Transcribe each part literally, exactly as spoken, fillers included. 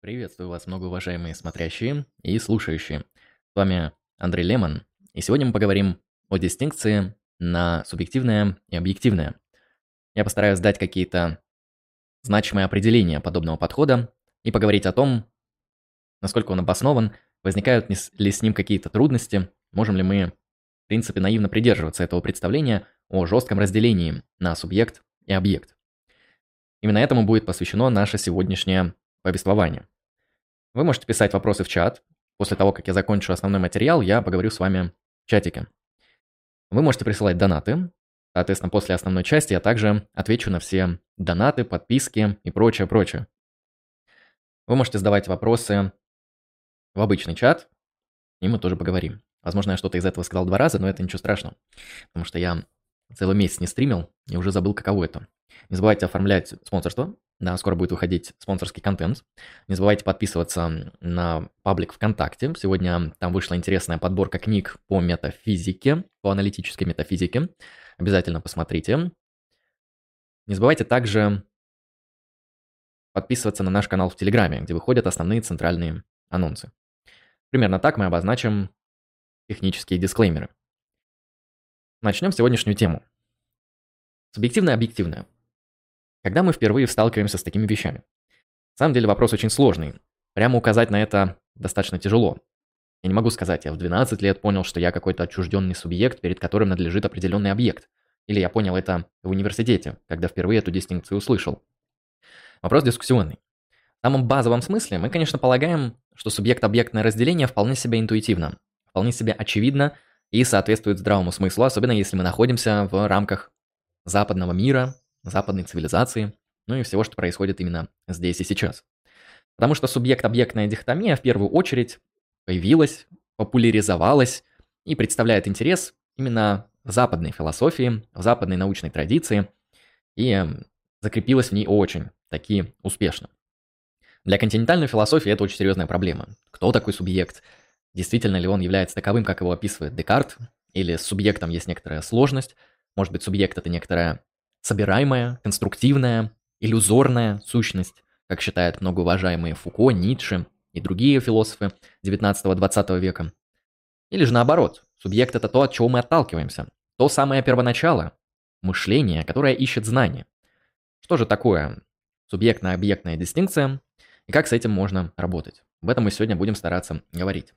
Приветствую вас, многоуважаемые смотрящие и слушающие. С вами Андрей Лемон, и сегодня мы поговорим о дистинкции на субъективное и объективное. Я постараюсь дать какие-то значимые определения подобного подхода и поговорить о том, насколько он обоснован, возникают ли с ним какие-то трудности, можем ли мы, в принципе, наивно придерживаться этого представления о жестком разделении на субъект и объект. Именно этому будет посвящено наше сегодняшнее повествование. Вы можете писать вопросы в чат. После того, как я закончу основной материал, я поговорю с вами в чатике. Вы можете присылать донаты. Соответственно, после основной части я также отвечу на все донаты, подписки и прочее, прочее. Вы можете задавать вопросы в обычный чат, и мы тоже поговорим. Возможно, я что-то из этого сказал два раза, но это ничего страшного, потому что я целый месяц не стримил и уже забыл, каково это. Не забывайте оформлять спонсорство. Да, скоро будет выходить спонсорский контент. Не забывайте подписываться на паблик ВКонтакте. Сегодня там вышла интересная подборка книг по метафизике, по аналитической метафизике. Обязательно посмотрите. Не забывайте также подписываться на наш канал в Телеграме, где выходят основные центральные анонсы. Примерно так мы обозначим технические дисклеймеры. Начнем сегодняшнюю тему. Субъективное и объективное. Когда мы впервые сталкиваемся с такими вещами? На самом деле вопрос очень сложный. Прямо указать на это достаточно тяжело. Я не могу сказать, я в двенадцать лет понял, что я какой-то отчужденный субъект, перед которым надлежит определенный объект. Или я понял это в университете, когда впервые эту дистинкцию услышал. Вопрос дискуссионный. В самом базовом смысле мы, конечно, полагаем, что субъект-объектное разделение вполне себе интуитивно, вполне себе очевидно и соответствует здравому смыслу, особенно если мы находимся в рамках западного мира, западной цивилизации, ну и всего, что происходит именно здесь и сейчас. Потому что субъект-объектная дихотомия в первую очередь появилась, популяризовалась и представляет интерес именно в западной философии, в западной научной традиции и закрепилась в ней очень таки успешно. Для континентальной философии это очень серьезная проблема. Кто такой субъект? Действительно ли он является таковым, как его описывает Декарт? Или с субъектом есть некоторая сложность? Может быть, субъект – это некоторая собираемая, конструктивная, иллюзорная сущность, как считают многоуважаемые Фуко, Ницше и другие философы девятнадцатого-двадцатого века. Или же наоборот, субъект – это то, от чего мы отталкиваемся, то самое первоначало, мышление, которое ищет знания. Что же такое субъектно-объектная дистинкция и как с этим можно работать? Об этом мы сегодня будем стараться говорить.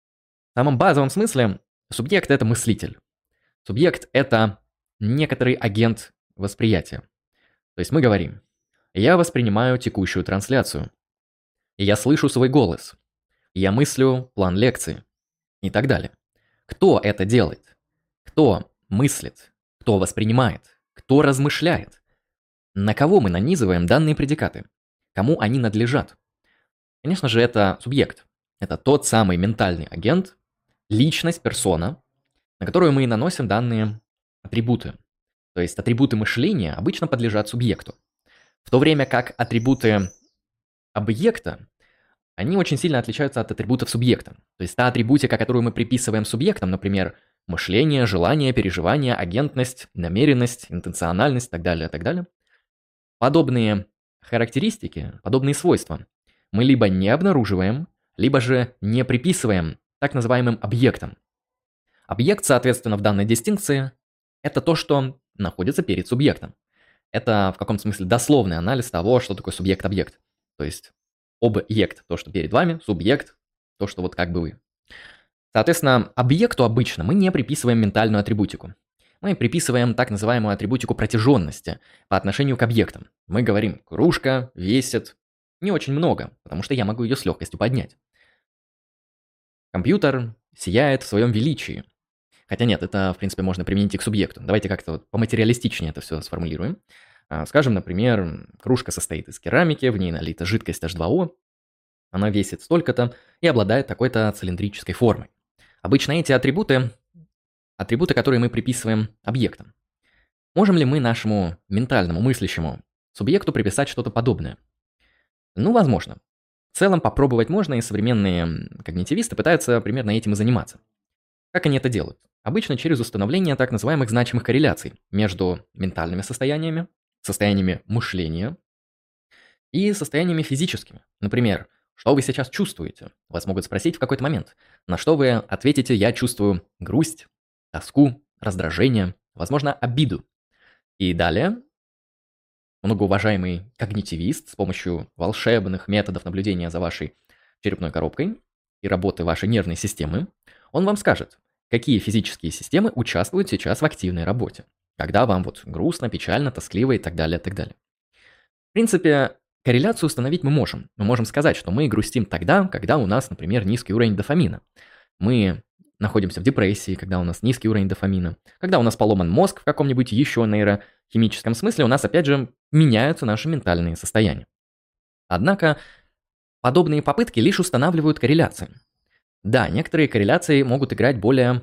В самом базовом смысле субъект – это мыслитель. Субъект – это некоторый агент восприятия. То есть мы говорим, я воспринимаю текущую трансляцию, я слышу свой голос, я мыслю план лекции и так далее. Кто это делает? Кто мыслит? Кто воспринимает? Кто размышляет? На кого мы нанизываем данные предикаты? Кому они надлежат? Конечно же, это субъект. Это тот самый ментальный агент, личность, персона, на которую мы и наносим данные атрибуты. То есть атрибуты мышления обычно подлежат субъекту. В то время как атрибуты объекта, они очень сильно отличаются от атрибутов субъекта. То есть та атрибутика, которую мы приписываем субъектам, например, мышление, желание, переживание, агентность, намеренность, интенциональность и так далее, так далее. Подобные характеристики, подобные свойства мы либо не обнаруживаем, либо же не приписываем так называемым объектам. Объект, соответственно, в данной дистинкции – это то, что находится перед субъектом. Это в каком-то смысле дословный анализ того, что такое субъект-объект. То есть объект – то, что перед вами, субъект – то, что вот как бы вы. Соответственно, объекту обычно мы не приписываем ментальную атрибутику. Мы приписываем так называемую атрибутику протяженности по отношению к объектам. Мы говорим, кружка весит не очень много, потому что я могу ее с легкостью поднять. Компьютер сияет в своем величии. Хотя нет, это, в принципе, можно применить и к субъекту. Давайте как-то вот поматериалистичнее это все сформулируем. Скажем, например, кружка состоит из керамики, в ней налита жидкость эйч два о, она весит столько-то и обладает такой-то цилиндрической формой. Обычно эти атрибуты, атрибуты, которые мы приписываем объектам. Можем ли мы нашему ментальному, мыслящему субъекту приписать что-то подобное? Ну, возможно. В целом попробовать можно, и современные когнитивисты пытаются примерно этим и заниматься. Как они это делают? Обычно через установление так называемых значимых корреляций между ментальными состояниями, состояниями мышления и состояниями физическими. Например, Что вы сейчас чувствуете? Вас могут спросить в какой-то момент. На что вы ответите: я чувствую грусть, тоску, раздражение, возможно, обиду. И далее многоуважаемый когнитивист с помощью волшебных методов наблюдения за вашей черепной коробкой и работы вашей нервной системы, он вам скажет, какие физические системы участвуют сейчас в активной работе, когда вам вот грустно, печально, тоскливо и так далее, так далее. В принципе, корреляцию установить мы можем. Мы можем сказать, что мы грустим тогда, когда у нас, например, низкий уровень дофамина. Мы находимся в депрессии, когда у нас низкий уровень дофамина. Когда у нас поломан мозг в каком-нибудь еще нейрохимическом смысле, у нас опять же меняются наши ментальные состояния. Однако подобные попытки лишь устанавливают корреляции. Да, некоторые корреляции могут играть более,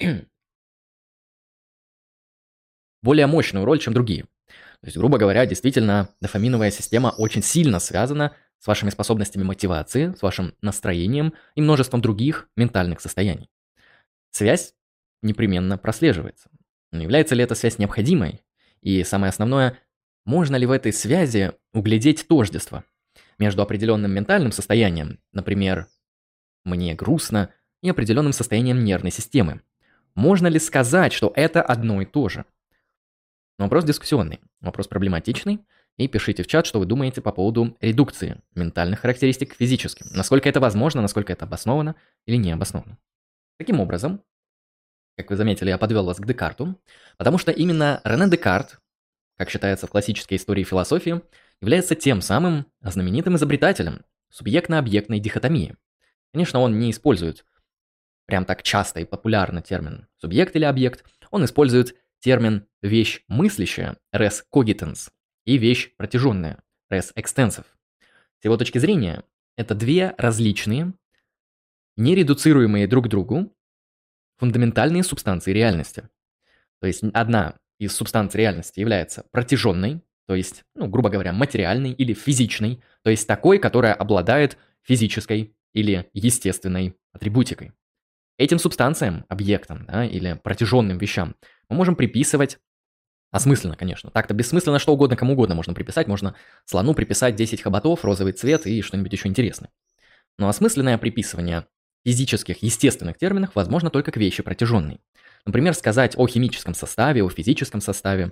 более мощную роль, чем другие. То есть, грубо говоря, действительно, дофаминовая система очень сильно связана с вашими способностями мотивации, с вашим настроением и множеством других ментальных состояний. Связь непременно прослеживается. Но является ли эта связь необходимой? И самое основное, можно ли в этой связи углядеть тождество между определенным ментальным состоянием, например, «мне грустно», и определенным состоянием нервной системы? Можно ли сказать, что это одно и то же? Вопрос дискуссионный, вопрос проблематичный, и пишите в чат, что вы думаете по поводу редукции ментальных характеристик к физическим. Насколько это возможно, насколько это обосновано или не обосновано. Таким образом, как вы заметили, я подвел вас к Декарту, потому что именно Рене Декарт, как считается в классической истории философии, является тем самым знаменитым изобретателем субъектно-объектной дихотомии. Конечно, он не использует прям так часто и популярно термин субъект или объект, он использует термин «вещь мыслящая» res cogitans и «вещь протяженная» res extensive. С его точки зрения, это две различные, нередуцируемые друг к другу фундаментальные субстанции реальности. То есть одна из субстанций реальности является протяженной, то есть, ну, грубо говоря, материальной или физичной, то есть такой, которая обладает физической или естественной атрибутикой. Этим субстанциям, объектам, да, или протяженным вещам мы можем приписывать, осмысленно, конечно, так-то бессмысленно, что угодно кому угодно можно приписать, можно слону приписать десять хоботов, розовый цвет и что-нибудь еще интересное. Но осмысленное приписывание физических, естественных терминов возможно только к вещи протяженной. Например, сказать о химическом составе, о физическом составе,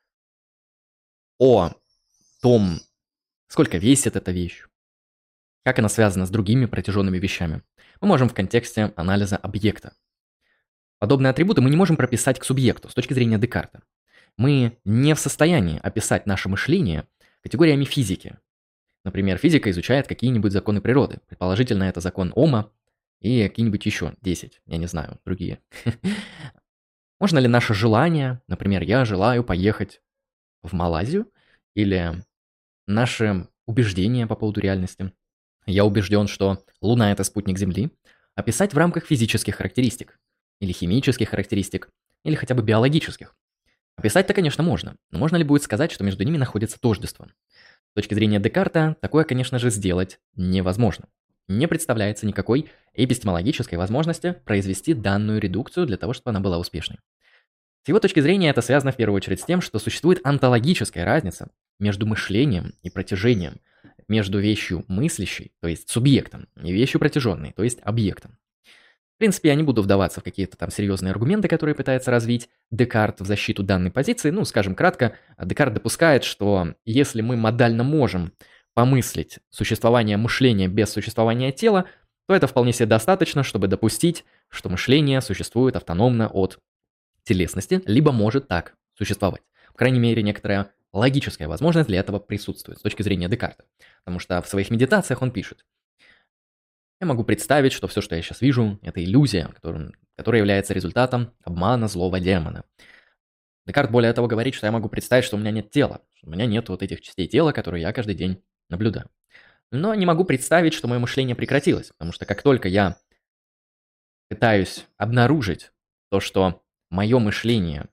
о том, сколько весит эта вещь, как она связана с другими протяженными вещами, мы можем в контексте анализа объекта. Подобные атрибуты мы не можем прописать к субъекту с точки зрения Декарта. Мы не в состоянии описать наше мышление категориями физики. Например, физика изучает какие-нибудь законы природы. Предположительно, это закон Ома и какие-нибудь еще десять, я не знаю, другие. Можно ли наше желание, например, я желаю поехать в Малайзию, или наши убеждения по поводу реальности, я убежден, что Луна – это спутник Земли, описать в рамках физических характеристик, или химических характеристик, или хотя бы биологических. Описать-то, конечно, можно, но можно ли будет сказать, что между ними находится тождество? С точки зрения Декарта, такое, конечно же, сделать невозможно. Не представляется никакой эпистемологической возможности произвести данную редукцию для того, чтобы она была успешной. С его точки зрения это связано в первую очередь с тем, что существует онтологическая разница между мышлением и протяжением, между вещью мыслящей, то есть субъектом, и вещью протяженной, то есть объектом. В принципе, я не буду вдаваться в какие-то там серьезные аргументы, которые пытается развить Декарт в защиту данной позиции. Ну, скажем кратко, Декарт допускает, что если мы модально можем помыслить существование мышления без существования тела, то это вполне себе достаточно, чтобы допустить, что мышление существует автономно от телесности, либо может так существовать. По крайней мере, некоторая логическая возможность для этого присутствует с точки зрения Декарта. Потому что в своих медитациях он пишет: я могу представить, что все, что я сейчас вижу, это иллюзия, которая, которая является результатом обмана злого демона. Декарт более того говорит, что я могу представить, что у меня нет тела, что у меня нет вот этих частей тела, которые я каждый день наблюдаю. Но не могу представить, что мое мышление прекратилось, потому что как только я пытаюсь обнаружить то, что мое мышление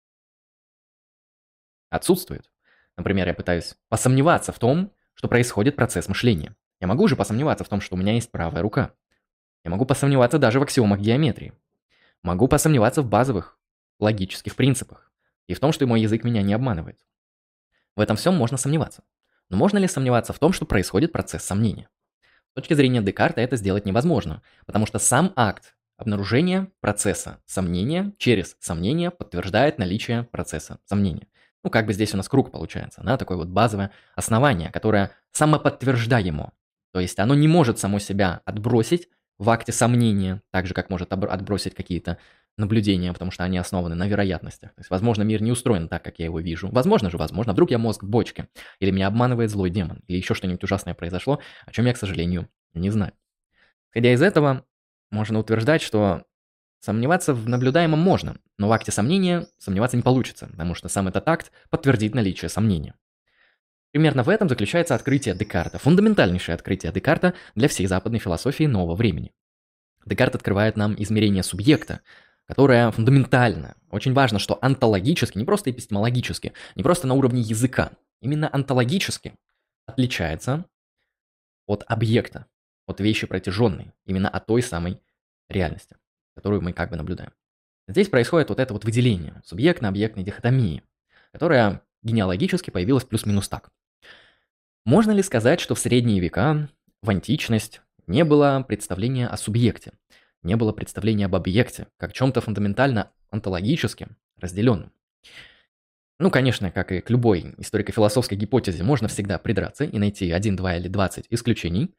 отсутствует, например, я пытаюсь посомневаться в том, что происходит процесс мышления. Я могу уже посомневаться в том, что у меня есть правая рука. Я могу посомневаться даже в аксиомах геометрии. Могу посомневаться в базовых логических принципах и в том, что мой язык меня не обманывает. В этом всем можно сомневаться. Но можно ли сомневаться в том, что происходит процесс сомнения? С точки зрения Декарта это сделать невозможно, потому что сам акт обнаружения процесса сомнения через сомнение подтверждает наличие процесса сомнения. Ну, как бы здесь у нас круг получается, да, такое вот базовое основание, которое самоподтверждаемо. То есть оно не может само себя отбросить в акте сомнения, так же, как может отбросить какие-то наблюдения, потому что они основаны на вероятностях. То есть, возможно, мир не устроен так, как я его вижу. Возможно же, возможно. Вдруг я мозг в бочке, или меня обманывает злой демон, или еще что-нибудь ужасное произошло, о чем я, к сожалению, не знаю. Исходя из этого, можно утверждать, что сомневаться в наблюдаемом можно, но в акте сомнения сомневаться не получится, потому что сам этот акт подтвердит наличие сомнения. Примерно в этом заключается открытие Декарта, фундаментальнейшее открытие Декарта для всей западной философии нового времени. Декарт открывает нам измерение субъекта, которое фундаментально. Очень важно, что онтологически, не просто эпистемологически, не просто на уровне языка, именно онтологически отличается от объекта, от вещи протяженной, именно от той самой реальности, которую мы как бы наблюдаем. Здесь происходит вот это вот выделение субъектно-объектной дихотомии, которая генеалогически появилась плюс-минус так. Можно ли сказать, что в средние века, в античность, не было представления о субъекте, не было представления об объекте, как чем-то фундаментально онтологически разделенным? Ну, конечно, как и к любой историко-философской гипотезе, можно всегда придраться и найти один, два или двадцать исключений.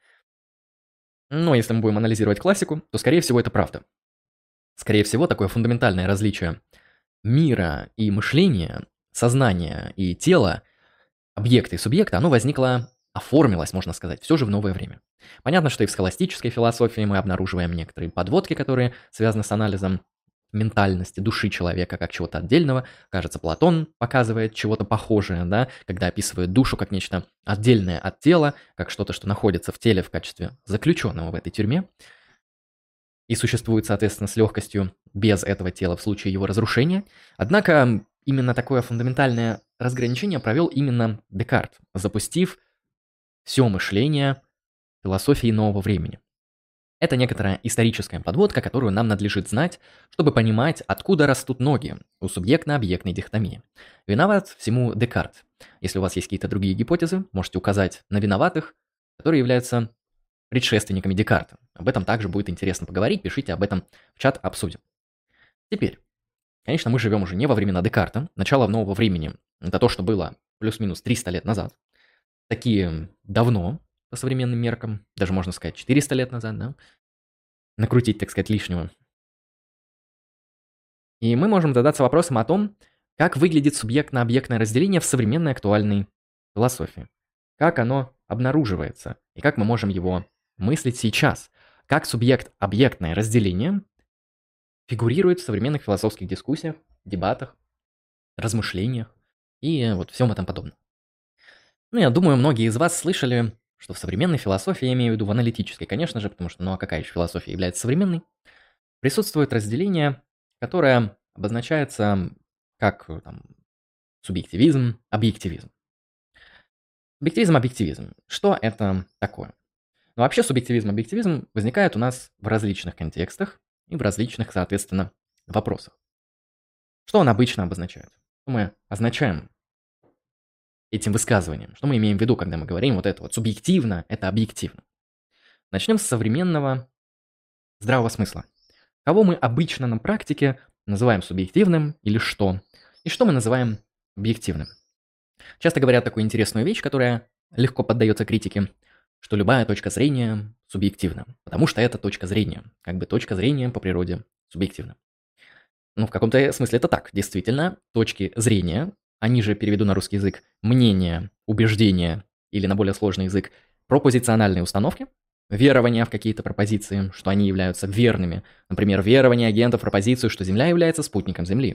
Но если мы будем анализировать классику, то, скорее всего, это правда. Скорее всего, такое фундаментальное различие мира и мышления, сознания и тела, объекта и субъекта, оно возникло, оформилось, можно сказать, все же в новое время. Понятно, что и в схоластической философии мы обнаруживаем некоторые подводки, которые связаны с анализом ментальности, души человека как чего-то отдельного. Кажется, Платон показывает чего-то похожее, да, когда описывает душу как нечто отдельное от тела, как что-то, что находится в теле в качестве заключенного в этой тюрьме и существует, соответственно, с легкостью без этого тела в случае его разрушения. Однако именно такое фундаментальное разграничение провел именно Декарт, запустив все мышление философии нового времени. Это некоторая историческая подводка, которую нам надлежит знать, чтобы понимать, откуда растут ноги у субъектно-объектной дихотомии. Виноват всему Декарт. Если у вас есть какие-то другие гипотезы, можете указать на виноватых, которые являются предшественниками Декарта. Об этом также будет интересно поговорить, пишите об этом в чат, обсудим. Теперь, конечно, мы живем уже не во времена Декарта, начало нового времени, это то, что было плюс-минус триста лет назад. Такие давно, по современным меркам, даже можно сказать четыреста лет назад, да, накрутить, так сказать, лишнего. И мы можем задаться вопросом о том, как выглядит субъектно-объектное разделение в современной актуальной философии, как оно обнаруживается и как мы можем его мыслить сейчас, как субъект-объектное разделение фигурирует в современных философских дискуссиях, дебатах, размышлениях и вот всем этом подобном. Ну, я думаю, многие из вас слышали, что в современной философии, я имею в виду в аналитической, конечно же, потому что, ну а какая еще философия является современной, присутствует разделение, которое обозначается как там, субъективизм, объективизм. Субъективизм, объективизм. Что это такое? Ну, вообще субъективизм, объективизм возникает у нас в различных контекстах и в различных, соответственно, вопросах. Что он обычно обозначает? Что мы означаем этим высказыванием? Что мы имеем в виду, когда мы говорим вот это вот субъективно, это объективно? Начнем с современного здравого смысла. Кого мы обычно на практике называем субъективным или что? И что мы называем объективным? Часто говорят такую интересную вещь, которая легко поддается критике, что любая точка зрения субъективна, потому что это точка зрения, как бы точка зрения по природе субъективна. Ну, в каком-то смысле это так. Действительно, точки зрения, они же, переведу на русский язык, мнения, убеждения или на более сложный язык, пропозициональные установки, верования в какие-то пропозиции, что они являются верными. Например, верование агентов в пропозицию, что Земля является спутником Земли.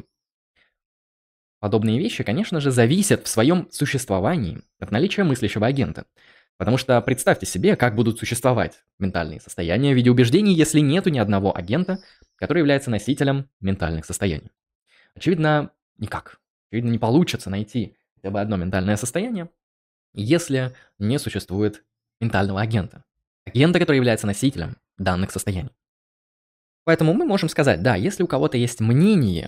Подобные вещи, конечно же, зависят в своем существовании от наличия мыслящего агента. Потому что представьте себе, как будут существовать ментальные состояния в виде убеждений, если нету ни одного агента, который является носителем ментальных состояний. Очевидно, никак. Очевидно, не получится найти хотя бы одно ментальное состояние, если не существует ментального агента. Агента, который является носителем данных состояний. Поэтому мы можем сказать, да, если у кого-то есть мнение,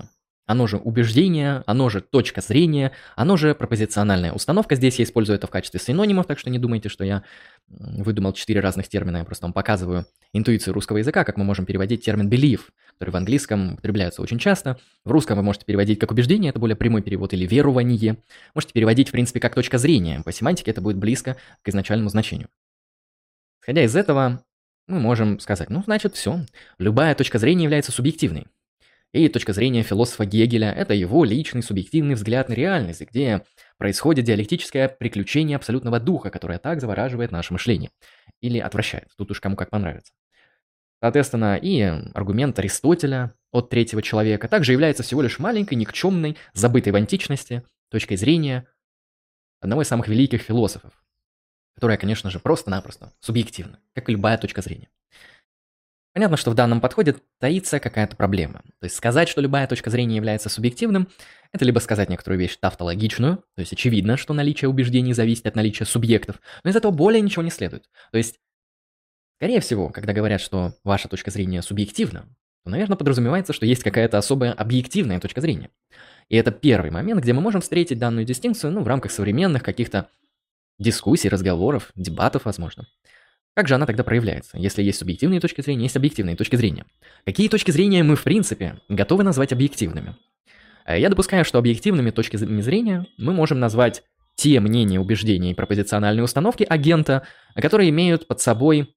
оно же убеждение, оно же точка зрения, оно же пропозициональная установка. Здесь я использую это в качестве синонимов, так что не думайте, что я выдумал четыре разных термина. Я просто вам показываю интуицию русского языка, как мы можем переводить термин belief, который в английском употребляется очень часто. В русском вы можете переводить как убеждение, это более прямой перевод, или верование. Можете переводить, в принципе, как точка зрения. По семантике это будет близко к изначальному значению. Исходя из этого, мы можем сказать, ну, значит, все. Любая точка зрения является субъективной. И точка зрения философа Гегеля – это его личный субъективный взгляд на реальность, где происходит диалектическое приключение абсолютного духа, которое так завораживает наше мышление. Или отвращает, тут уж кому как понравится. Соответственно, и аргумент Аристотеля от третьего человека также является всего лишь маленькой, никчемной, забытой в античности точкой зрения одного из самых великих философов, которая, конечно же, просто-напросто субъективна, как и любая точка зрения. Понятно, что в данном подходе таится какая-то проблема. То есть сказать, что любая точка зрения является субъективным, это либо сказать некоторую вещь тавтологичную, то есть очевидно, что наличие убеждений зависит от наличия субъектов, но из этого более ничего не следует. То есть, скорее всего, когда говорят, что ваша точка зрения субъективна, то, наверное, подразумевается, что есть какая-то особая объективная точка зрения. И это первый момент, где мы можем встретить данную дистинкцию, ну, в рамках современных каких-то дискуссий, разговоров, дебатов, возможно. Как же она тогда проявляется? Если есть субъективные точки зрения, есть объективные точки зрения. Какие точки зрения мы, в принципе, готовы назвать объективными? Я допускаю, что объективными точками зрения мы можем назвать те мнения, убеждения и пропозициональные установки агента, которые имеют под собой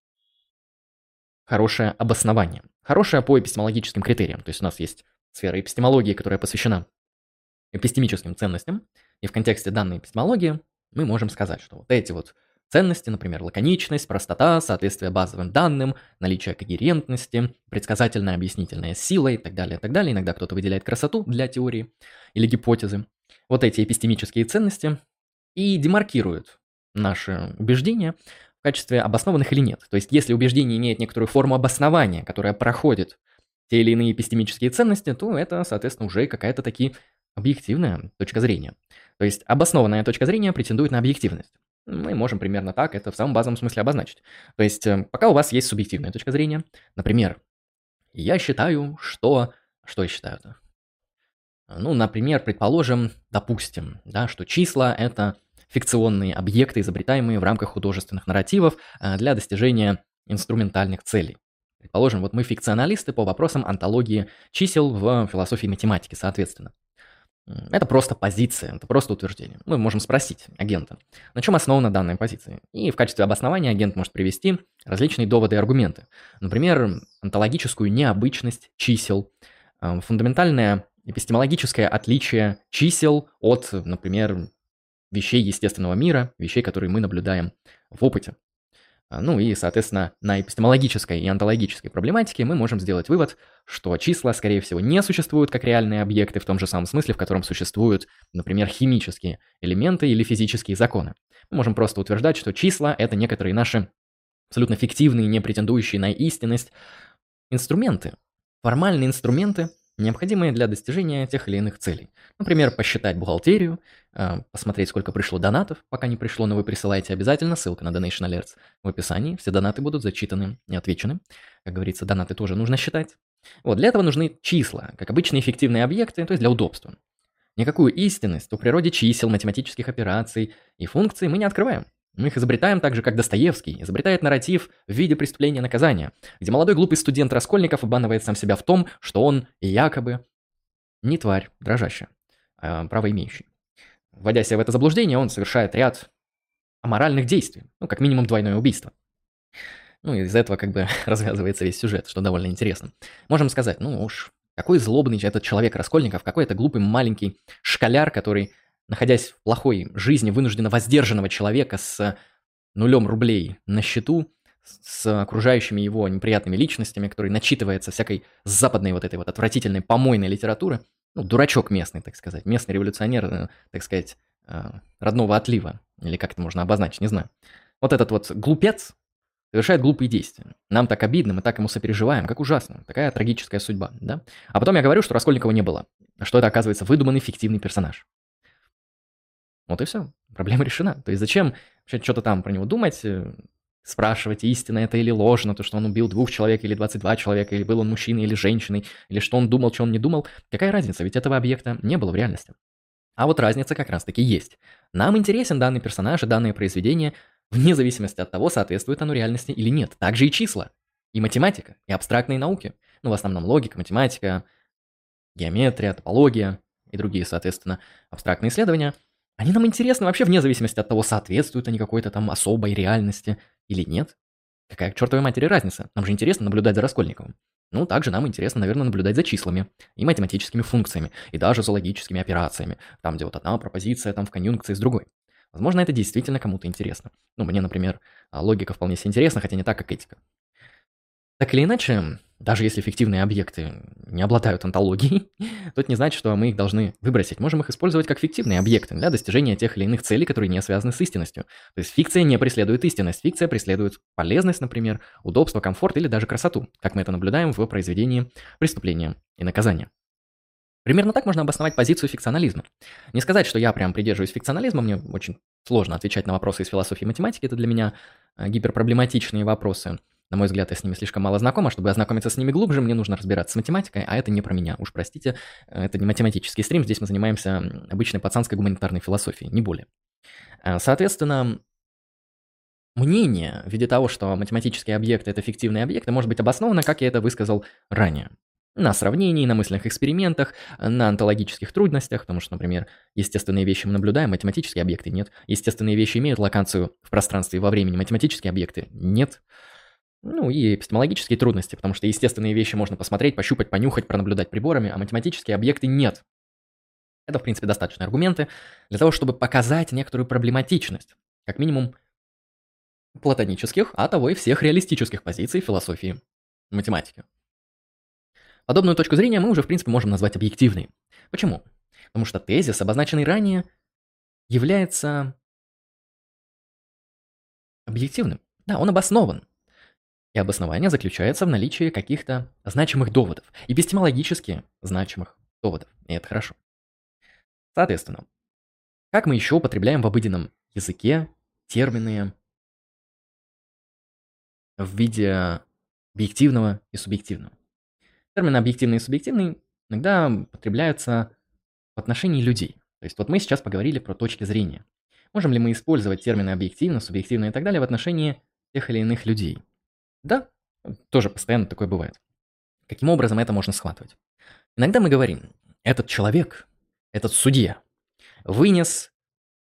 хорошее обоснование. Хорошее по эпистемологическим критериям. То есть у нас есть сфера эпистемологии, которая посвящена эпистемическим ценностям. И в контексте данной эпистемологии мы можем сказать, что вот эти вот ценности, например, лаконичность, простота, соответствие базовым данным, наличие когерентности, предсказательная объяснительная сила и так далее, и так далее. Иногда кто-то выделяет красоту для теории или гипотезы. Вот эти эпистемические ценности и демаркируют наши убеждения в качестве обоснованных или нет. То есть, если убеждение имеет некоторую форму обоснования, которая проходит те или иные эпистемические ценности, то это, соответственно, уже какая-то таки объективная точка зрения. То есть, обоснованная точка зрения претендует на объективность. Мы можем примерно так это в самом базовом смысле обозначить. То есть, пока у вас есть субъективная точка зрения, например, я считаю, что... Что я считаю-то? Ну, например, предположим, допустим, да, что числа – это фикционные объекты, изобретаемые в рамках художественных нарративов для достижения инструментальных целей. Предположим, вот мы фикционалисты по вопросам онтологии чисел в философии математики, соответственно. Это просто позиция, это просто утверждение. Мы можем спросить агента, на чем основана данная позиция. И в качестве обоснования агент может привести различные доводы и аргументы. Например, онтологическую необычность чисел, фундаментальное эпистемологическое отличие чисел от, например, вещей естественного мира, вещей, которые мы наблюдаем в опыте. Ну и, соответственно, на эпистемологической и онтологической проблематике мы можем сделать вывод, что числа, скорее всего, не существуют как реальные объекты в том же самом смысле, в котором существуют, например, химические элементы или физические законы. Мы можем просто утверждать, что числа – это некоторые наши абсолютно фиктивные, не претендующие на истинность инструменты, формальные инструменты, необходимые для достижения тех или иных целей. Например, посчитать бухгалтерию, посмотреть, сколько пришло донатов. Пока не пришло, но вы присылаете обязательно. Ссылка на Donation Alerts в описании. Все донаты будут зачитаны и отвечены. Как говорится, донаты тоже нужно считать. Вот, для этого нужны числа, как обычные эффективные объекты, то есть для удобства. Никакую истинность о природе чисел, математических операций и функций мы не открываем. Мы их изобретаем так же, как Достоевский изобретает нарратив в виде преступления и наказания, где молодой глупый студент Раскольников обманывает сам себя в том, что он якобы не тварь дрожащая, а правоимеющий. Вводя себя в это заблуждение, он совершает ряд аморальных действий, ну, как минимум двойное убийство. Ну, и из этого как бы развязывается весь сюжет, что довольно интересно. Можем сказать, ну уж, какой злобный этот человек Раскольников, какой это глупый маленький школяр, который, находясь в плохой жизни вынужденно воздержанного человека с нулем рублей на счету, с окружающими его неприятными личностями, который начитывается всякой западной вот этой вот отвратительной помойной литературы, ну, дурачок местный, так сказать, местный революционер, так сказать, родного отлива, или как это можно обозначить, не знаю. Вот этот вот глупец совершает глупые действия. Нам так обидно, мы так ему сопереживаем, как ужасно, такая трагическая судьба, да? А потом я говорю, что Раскольникова не было, что это, оказывается, выдуманный фиктивный персонаж. Вот и все, проблема решена. То есть зачем вообще что-то там про него думать, спрашивать, истинно это или ложно, то, что он убил двух человек или двадцать два человека, или был он мужчиной или женщиной, или что он думал, что он не думал. Какая разница, ведь этого объекта не было в реальности. А вот разница как раз-таки есть. Нам интересен данный персонаж и данное произведение, вне зависимости от того, соответствует оно реальности или нет. Также и числа, и математика, и абстрактные науки. Ну, в основном логика, математика, геометрия, топология и другие, соответственно, абстрактные исследования. Они нам интересны вообще вне зависимости от того, соответствуют они какой-то там особой реальности или нет. Какая к чертовой матери разница? Нам же интересно наблюдать за Раскольниковым. Ну, также нам интересно, наверное, наблюдать за числами и математическими функциями, и даже за логическими операциями, там, где вот одна пропозиция там в конъюнкции с другой. Возможно, это действительно кому-то интересно. Ну, мне, например, логика вполне себе интересна, хотя не так, как этика. Так или иначе, даже если фиктивные объекты не обладают онтологией, то это не значит, что мы их должны выбросить. Можем их использовать как фиктивные объекты для достижения тех или иных целей, которые не связаны с истинностью. То есть фикция не преследует истинность, фикция преследует полезность, например, удобство, комфорт или даже красоту, как мы это наблюдаем в произведении «Преступление и наказание». Примерно так можно обосновать позицию фикционализма. Не сказать, что я прям придерживаюсь фикционализма, мне очень сложно отвечать на вопросы из философии и математики, это для меня гиперпроблематичные вопросы. На мой взгляд, я с ними слишком мало знаком, а чтобы ознакомиться с ними глубже, мне нужно разбираться с математикой, а это не про меня. Уж простите, это не математический стрим, здесь мы занимаемся обычной пацанской гуманитарной философией, не более. Соответственно, мнение в виде того, что математические объекты – это фиктивные объекты, может быть обосновано, как я это высказал ранее. На сравнении, на мысленных экспериментах, на онтологических трудностях, потому что, например, естественные вещи мы наблюдаем, математические объекты нет. Естественные вещи имеют локацию в пространстве и во времени, математические объекты нет. Ну и эпистемологические трудности, потому что естественные вещи можно посмотреть, пощупать, понюхать, пронаблюдать приборами, а математические объекты нет. Это, в принципе, достаточные аргументы для того, чтобы показать некоторую проблематичность, как минимум, платонических, а того и всех реалистических позиций философии математики. Подобную точку зрения мы уже, в принципе, можем назвать объективной. Почему? Потому что тезис, обозначенный ранее, является объективным. Да, он обоснован. И обоснование заключается в наличии каких-то значимых доводов, эпистемологически значимых доводов, и это хорошо. Соответственно, как мы еще употребляем в обыденном языке термины в виде объективного и субъективного? Термины объективный и субъективный иногда употребляются в отношении людей. То есть вот мы сейчас поговорили про точки зрения. Можем ли мы использовать термины объективно, субъективно и так далее в отношении тех или иных людей? Да, тоже постоянно такое бывает. Каким образом это можно схватывать? Иногда мы говорим, этот человек, этот судья вынес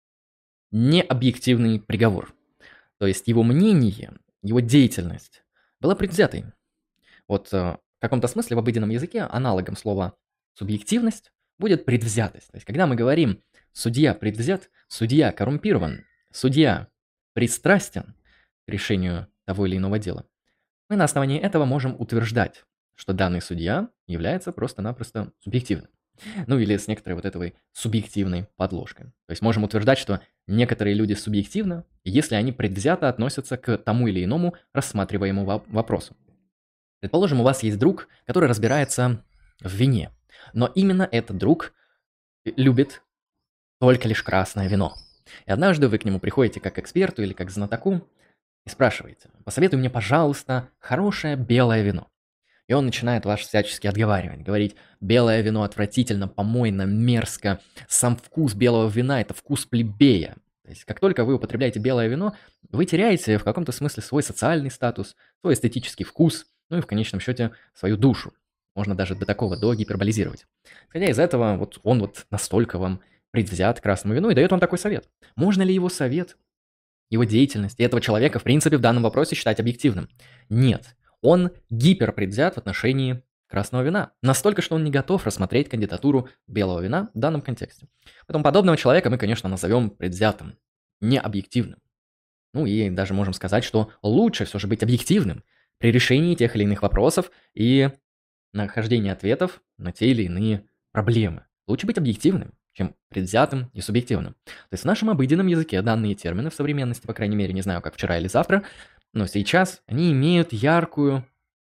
необъективный приговор. То есть его мнение, его деятельность была предвзятой. Вот в каком-то смысле в обыденном языке аналогом слова субъективность будет предвзятость. То есть когда мы говорим судья предвзят, судья коррумпирован, судья пристрастен к решению того или иного дела, мы на основании этого можем утверждать, что данный судья является просто-напросто субъективным. Ну или с некоторой вот этой субъективной подложкой. То есть можем утверждать, что некоторые люди субъективны, если они предвзято относятся к тому или иному рассматриваемому вопросу. Предположим, у вас есть друг, который разбирается в вине, но именно этот друг любит только лишь красное вино. И однажды вы к нему приходите как к эксперту или как к знатоку, и спрашиваете, посоветуй мне, пожалуйста, хорошее белое вино. И он начинает вас всячески отговаривать, говорить, белое вино отвратительно, помойно, мерзко, сам вкус белого вина – это вкус плебея. То есть как только вы употребляете белое вино, вы теряете в каком-то смысле свой социальный статус, свой эстетический вкус, ну и в конечном счете свою душу. Можно даже до такого, до гиперболизировать. Исходя из этого, вот он вот настолько вам предвзят к красному вину и дает вам такой совет. Можно ли его совет, его деятельность и этого человека, в принципе, в данном вопросе считать объективным? Нет. Он гиперпредвзят в отношении красного вина. Настолько, что он не готов рассмотреть кандидатуру белого вина в данном контексте. Поэтому подобного человека мы, конечно, назовем предвзятым, необъективным. Ну и даже можем сказать, что лучше все же быть объективным при решении тех или иных вопросов и нахождении ответов на те или иные проблемы. Лучше быть объективным, чем предвзятым и субъективным. То есть в нашем обыденном языке данные термины в современности, по крайней мере, не знаю, как вчера или завтра, но сейчас они имеют яркую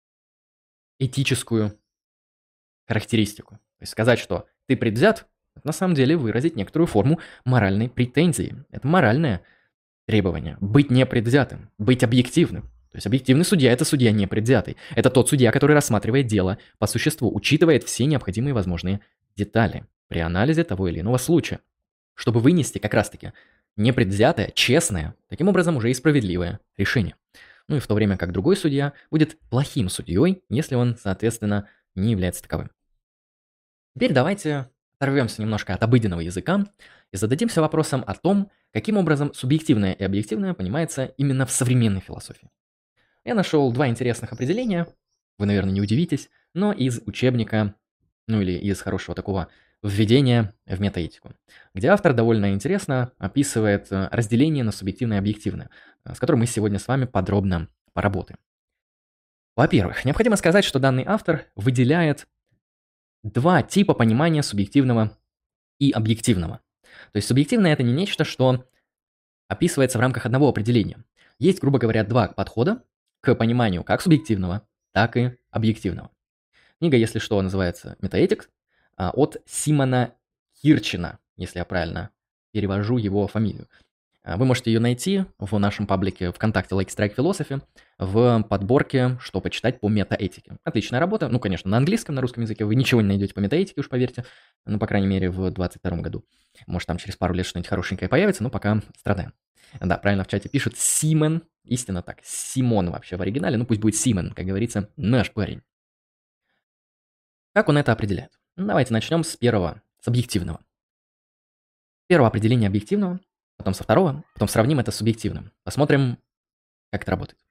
этическую характеристику. То есть сказать, что ты предвзят, это на самом деле выразить некоторую форму моральной претензии. Это моральное требование – быть непредвзятым, быть объективным. То есть объективный судья – это судья непредвзятый. Это тот судья, который рассматривает дело по существу, учитывает все необходимые возможные детали при анализе того или иного случая, чтобы вынести как раз-таки непредвзятое, честное, таким образом уже и справедливое решение. Ну и в то время как другой судья будет плохим судьей, если он, соответственно, не является таковым. Теперь давайте оторвемся немножко от обыденного языка и зададимся вопросом о том, каким образом субъективное и объективное понимается именно в современной философии. Я нашел два интересных определения, вы, наверное, не удивитесь, но из учебника, ну или из хорошего такого введения в метаэтику, где автор довольно интересно описывает разделение на субъективное и объективное, с которым мы сегодня с вами подробно поработаем. Во-первых, необходимо сказать, что данный автор выделяет два типа понимания субъективного и объективного. То есть субъективное – это не нечто, что описывается в рамках одного определения. Есть, грубо говоря, два подхода к пониманию как субъективного, так и объективного. Книга, если что, называется «Метаэтик» от Симона Кирчина, если я правильно перевожу его фамилию. Вы можете ее найти в нашем паблике ВКонтакте Like Strike Philosophy в подборке «Что почитать по метаэтике». Отличная работа. Ну, конечно, на английском, на русском языке вы ничего не найдете по метаэтике, уж поверьте. Ну, по крайней мере, в двадцать втором году. Может, там через пару лет что-нибудь хорошенькое появится, но пока страдаем. Да, правильно в чате пишут Симон. Истинно так. Симон вообще в оригинале. Ну, пусть будет Симон, как говорится, наш парень. Как он это определяет? Ну, давайте начнем с первого, с объективного. Первое определение объективного, потом со второго, потом сравним это с субъективным. Посмотрим, как это работает.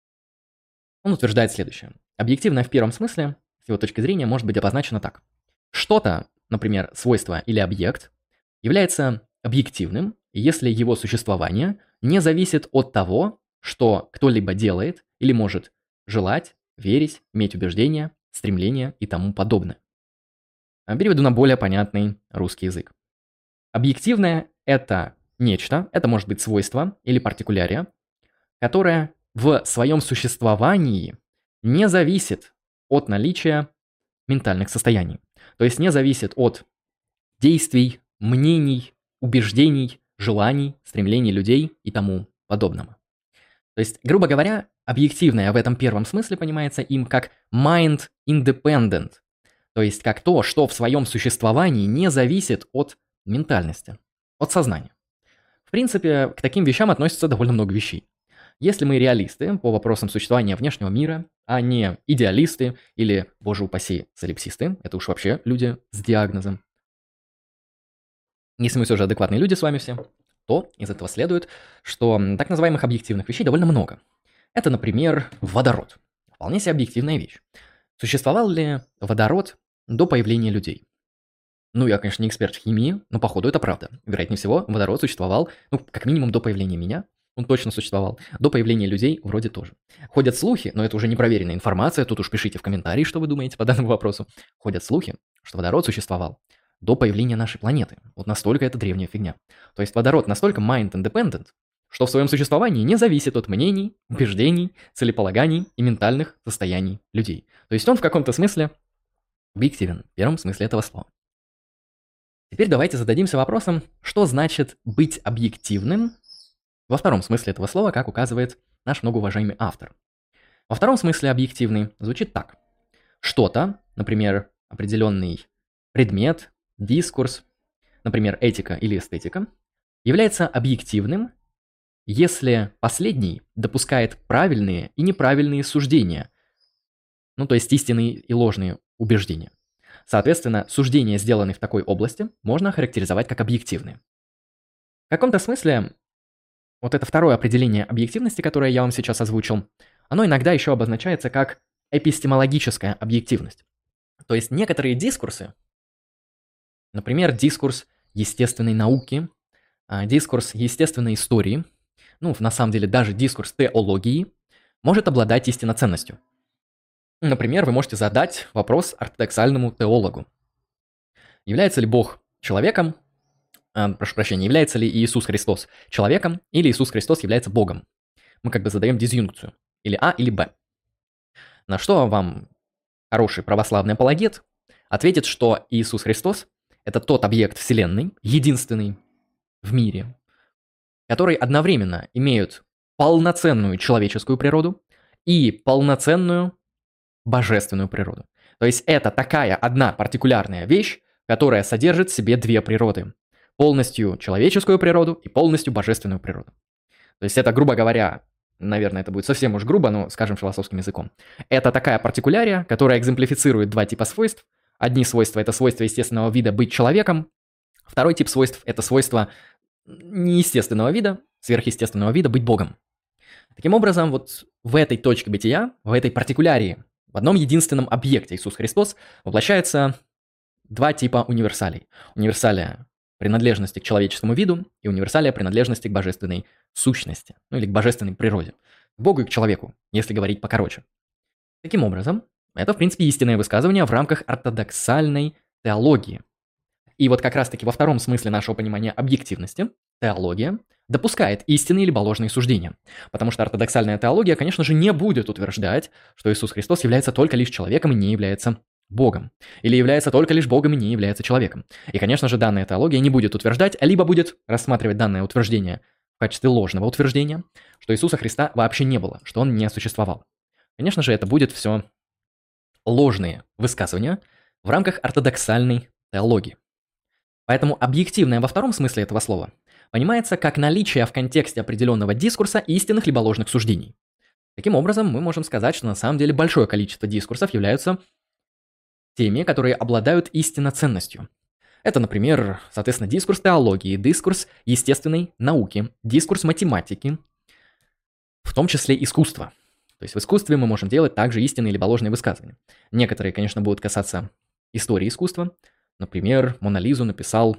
Он утверждает следующее. Объективное в первом смысле, с его точки зрения, может быть обозначено так. Что-то, например, свойство или объект, является объективным, если его существование не зависит от того, что кто-либо делает или может желать, верить, иметь убеждения, стремления и тому подобное. Переведу на более понятный русский язык. Объективное – это нечто, это может быть свойство или партикулярия, которое в своем существовании не зависит от наличия ментальных состояний. То есть не зависит от действий, мнений, убеждений, желаний, стремлений людей и тому подобного. То есть, грубо говоря, объективное в этом первом смысле понимается им как mind independent, то есть как то, что в своем существовании не зависит от ментальности, от сознания. В принципе, к таким вещам относится довольно много вещей. Если мы реалисты по вопросам существования внешнего мира, а не идеалисты или, боже упаси, солипсисты, это уж вообще люди с диагнозом. Если мы все же адекватные люди с вами все, то из этого следует, что так называемых объективных вещей довольно много. Это, например, водород. Вполне себе объективная вещь. Существовал ли водород до появления людей? Ну, я, конечно, не эксперт в химии, но походу это правда. Вероятнее всего, водород существовал, ну, как минимум до появления меня. Он точно существовал. До появления людей вроде тоже. Ходят слухи, но это уже непроверенная информация, тут уж пишите в комментарии, что вы думаете по данному вопросу. Ходят слухи, что водород существовал до появления нашей планеты. Вот настолько это древняя фигня. То есть водород настолько mind-independent, что в своем существовании не зависит от мнений, убеждений, целеполаганий и ментальных состояний людей. То есть он в каком-то смысле объективен, в первом смысле этого слова. Теперь давайте зададимся вопросом, что значит быть объективным во втором смысле этого слова, как указывает наш многоуважаемый автор. Во втором смысле объективный звучит так. Что-то, например, определенный предмет, дискурс, например, этика или эстетика, является объективным, если последний допускает правильные и неправильные суждения, ну то есть истинные и ложные убеждения. Соответственно, суждения, сделанные в такой области, можно охарактеризовать как объективные. В каком-то смысле вот это второе определение объективности, которое я вам сейчас озвучил, оно иногда еще обозначается как эпистемологическая объективность. То есть некоторые дискурсы, например, дискурс естественной науки, дискурс естественной истории, ну, на самом деле даже дискурс теологии, может обладать истинно ценностью. Например, вы можете задать вопрос ортодоксальному теологу. Является ли Бог человеком, э, прошу прощения, является ли Иисус Христос человеком, или Иисус Христос является Богом? Мы как бы задаем дизъюнкцию. Или А, или Б. На что вам хороший православный апологет ответит, что Иисус Христос – это тот объект Вселенной, единственный в мире, которые одновременно имеют полноценную человеческую природу и полноценную божественную природу. То есть это такая одна партикулярная вещь, которая содержит в себе две природы. Полностью человеческую природу и полностью божественную природу. То есть это, грубо говоря, наверное, это будет совсем уж грубо, но скажем философским языком. Это такая партикулярия, которая экземплифицирует два типа свойств. Одни свойства – это свойства естественного вида быть человеком. Второй тип свойств – это свойства неестественного вида, сверхъестественного вида быть Богом. Таким образом, вот в этой точке бытия, в этой партикулярии, в одном единственном объекте Иисус Христос воплощается два типа универсалей. Универсалия принадлежности к человеческому виду и универсалия принадлежности к божественной сущности, ну или к божественной природе, к Богу и к человеку, если говорить покороче. Таким образом, это, в принципе, истинное высказывание в рамках ортодоксальной теологии. И вот как раз-таки во втором смысле нашего понимания объективности теология допускает истинные либо ложные суждения. Потому что ортодоксальная теология, конечно же, не будет утверждать, что Иисус Христос является только лишь человеком и не является Богом. Или является только лишь Богом и не является человеком. И, конечно же, данная теология не будет утверждать, либо будет рассматривать данное утверждение в качестве ложного утверждения, что Иисуса Христа вообще не было, что Он не существовал. Конечно же, это будет все ложные высказывания в рамках ортодоксальной теологии. Поэтому объективное во втором смысле этого слова понимается как наличие в контексте определенного дискурса истинных либо ложных суждений. Таким образом, мы можем сказать, что на самом деле большое количество дискурсов являются теми, которые обладают истинно ценностью. Это, например, соответственно, дискурс теологии, дискурс естественной науки, дискурс математики, в том числе искусства. То есть в искусстве мы можем делать также истинные либо ложные высказывания. Некоторые, конечно, будут касаться истории искусства. Например, Мона Лизу написал...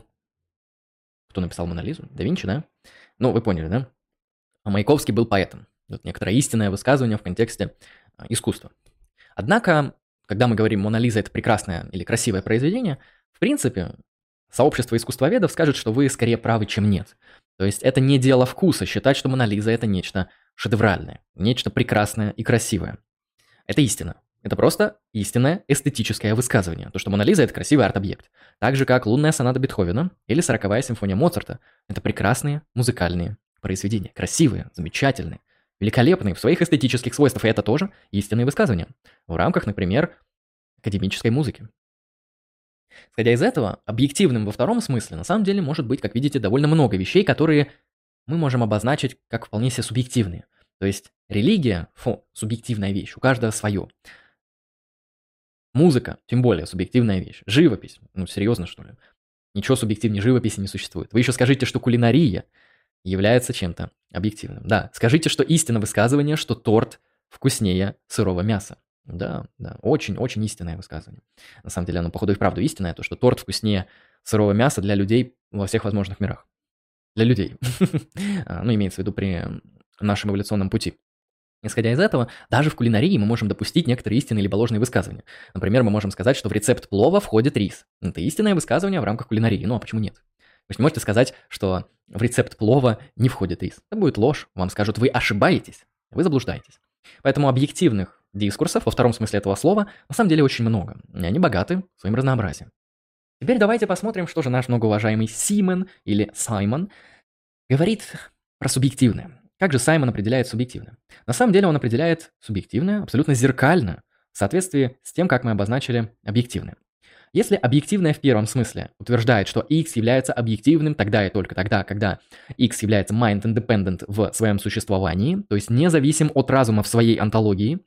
Кто написал Мона Лизу? Да Винчи, да? Ну, вы поняли, да? А Маяковский был поэтом. Вот некоторое истинное высказывание в контексте искусства. Однако, когда мы говорим «Мона Лиза» — это прекрасное или красивое произведение, в принципе, сообщество искусствоведов скажет, что вы скорее правы, чем нет. То есть это не дело вкуса считать, что Мона Лиза — это нечто шедевральное, нечто прекрасное и красивое. Это истина. Это просто истинное эстетическое высказывание. То, что Мона Лиза — это красивый арт-объект. Так же, как лунная соната Бетховена или сороковая симфония Моцарта. Это прекрасные музыкальные произведения. Красивые, замечательные, великолепные в своих эстетических свойствах. И это тоже истинные высказывания. В рамках, например, академической музыки. Исходя из этого, объективным во втором смысле на самом деле может быть, как видите, довольно много вещей, которые мы можем обозначить как вполне себе субъективные. То есть религия, фу, субъективная вещь, у каждого свое. Музыка, тем более, субъективная вещь. Живопись, ну серьезно что ли? Ничего субъективнее живописи не существует. Вы еще скажите, что кулинария является чем-то объективным. Да, скажите, что истинное высказывание, что торт вкуснее сырого мяса. Да, да, очень-очень истинное высказывание. На самом деле оно, походу, и вправду истинное, то, что торт вкуснее сырого мяса для людей во всех возможных мирах. Для людей. Ну, имеется в виду при нашем эволюционном пути. Исходя из этого, даже в кулинарии мы можем допустить некоторые истинные либо ложные высказывания. Например, мы можем сказать, что в рецепт плова входит рис. Это истинное высказывание в рамках кулинарии. Ну, а почему нет? Вы же не можете сказать, что в рецепт плова не входит рис. Это будет ложь. Вам скажут, вы ошибаетесь, вы заблуждаетесь. Поэтому объективных дискурсов, во втором смысле этого слова, на самом деле очень много. И они богаты своим разнообразием. Теперь давайте посмотрим, что же наш многоуважаемый Симон или Саймон говорит про субъективное. Как же Саймон определяет субъективное? На самом деле он определяет субъективное абсолютно зеркально, в соответствии с тем, как мы обозначили объективное. Если объективное в первом смысле утверждает, что X является объективным тогда и только тогда, когда X является mind-independent в своем существовании, то есть независим от разума в своей онтологии,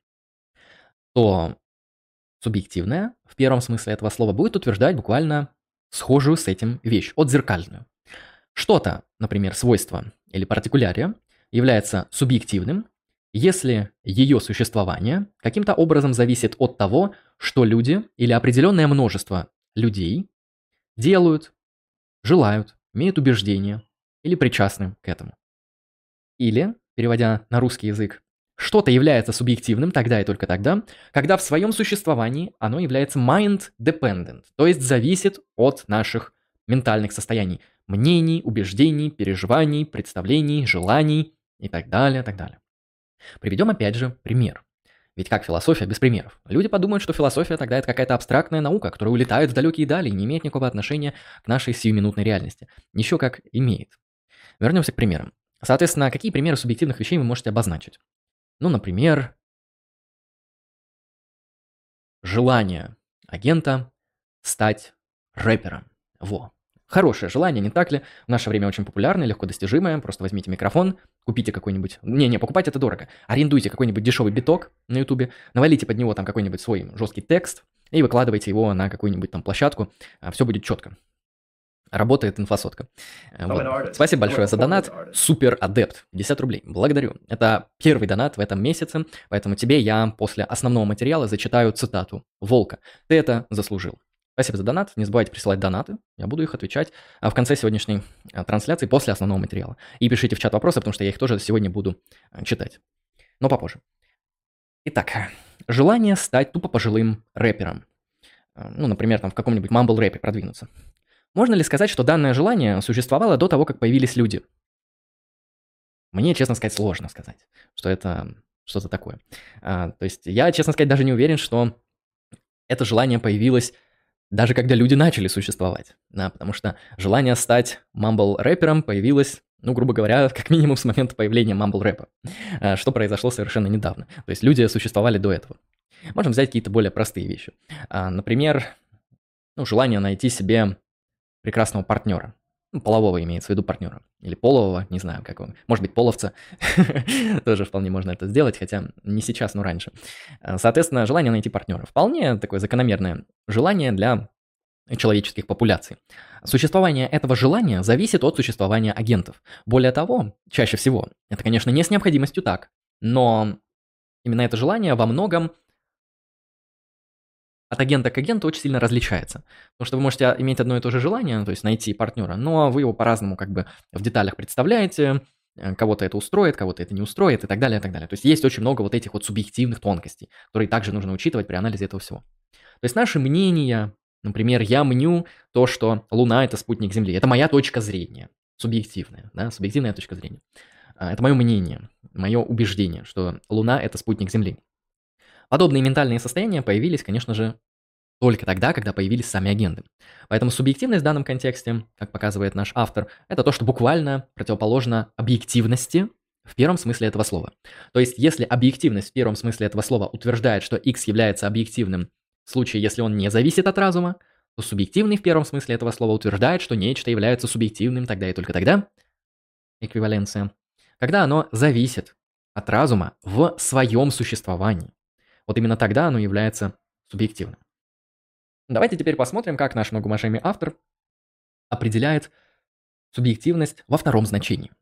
то субъективное в первом смысле этого слова будет утверждать буквально схожую с этим вещь, отзеркальную. Что-то, например, свойство или партикулярия, является субъективным, если ее существование каким-то образом зависит от того, что люди или определенное множество людей делают, желают, имеют убеждения или причастны к этому. Или, переводя на русский язык, что-то является субъективным тогда и только тогда, когда в своем существовании оно является mind-dependent, то есть зависит от наших ментальных состояний, мнений, убеждений, переживаний, представлений, желаний и так далее, так далее. Приведем опять же пример. Ведь как философия без примеров? Люди подумают, что философия тогда это какая-то абстрактная наука, которая улетает в далекие дали и не имеет никакого отношения к нашей сиюминутной реальности. Еще как имеет. Вернемся к примерам. Соответственно, какие примеры субъективных вещей вы можете обозначить? Ну, например, желание агента стать рэпером. Во. Хорошее желание, не так ли? В наше время очень популярное, легко достижимое. Просто возьмите микрофон, купите какой-нибудь... Не-не, покупать это дорого. Арендуйте какой-нибудь дешевый биток на ютубе, навалите под него там какой-нибудь свой жесткий текст и выкладывайте его на какую-нибудь там площадку. Все будет четко. Работает инфосотка. Вот. Спасибо большое за донат. Супер адепт. пятьдесят рублей. Благодарю. Это первый донат в этом месяце, поэтому тебе я после основного материала зачитаю цитату Волка. Ты это заслужил. Спасибо за донат. Не забывайте присылать донаты. Я буду их отвечать в конце сегодняшней трансляции после основного материала. И пишите в чат вопросы, потому что я их тоже сегодня буду читать. Но попозже. Итак, желание стать тупо пожилым рэпером. Ну, например, там в каком-нибудь мамбл-рэпе продвинуться. Можно ли сказать, что данное желание существовало до того, как появились люди? Мне, честно сказать, сложно сказать, что это что-то такое. А, то есть я, честно сказать, даже не уверен, что это желание появилось даже когда люди начали существовать. Да, потому что желание стать мамбл-рэпером появилось, ну, грубо говоря, как минимум с момента появления мамбл-рэпа, а, что произошло совершенно недавно. То есть люди существовали до этого. Можем взять какие-то более простые вещи. А, например, ну, желание найти себе прекрасного партнера. Ну, полового имеется в виду партнера. Или полового, не знаю, как он. Может быть, половца. Тоже вполне можно это сделать, хотя не сейчас, но раньше. Соответственно, желание найти партнера. Вполне такое закономерное желание для человеческих популяций. Существование этого желания зависит от существования агентов. Более того, чаще всего, это, конечно, не с необходимостью так, но именно это желание во многом от агента к агенту очень сильно различается. Потому что вы можете иметь одно и то же желание, то есть найти партнера, но вы его по-разному как бы в деталях представляете, кого-то это устроит, кого-то это не устроит и так далее, и так далее. То есть есть очень много вот этих вот субъективных тонкостей, которые также нужно учитывать при анализе этого всего. То есть наши мнения, например, я мню то, что Луна – это спутник Земли. Это моя точка зрения, субъективная, да, субъективная точка зрения. Это мое мнение, мое убеждение, что Луна – это спутник Земли. Подобные ментальные состояния появились, конечно же, только тогда, когда появились сами агенты. Поэтому субъективность в данном контексте, как показывает наш автор, это то, что буквально противоположно объективности в первом смысле этого слова. То есть, если объективность в первом смысле этого слова утверждает, что X является объективным в случае, если он не зависит от разума, то субъективный в первом смысле этого слова утверждает, что нечто является субъективным тогда и только тогда, эквиваленция, когда оно зависит от разума в своем существовании. Вот именно тогда оно является субъективным. Давайте теперь посмотрим, как наш многоуважаемый автор определяет субъективность во втором значении.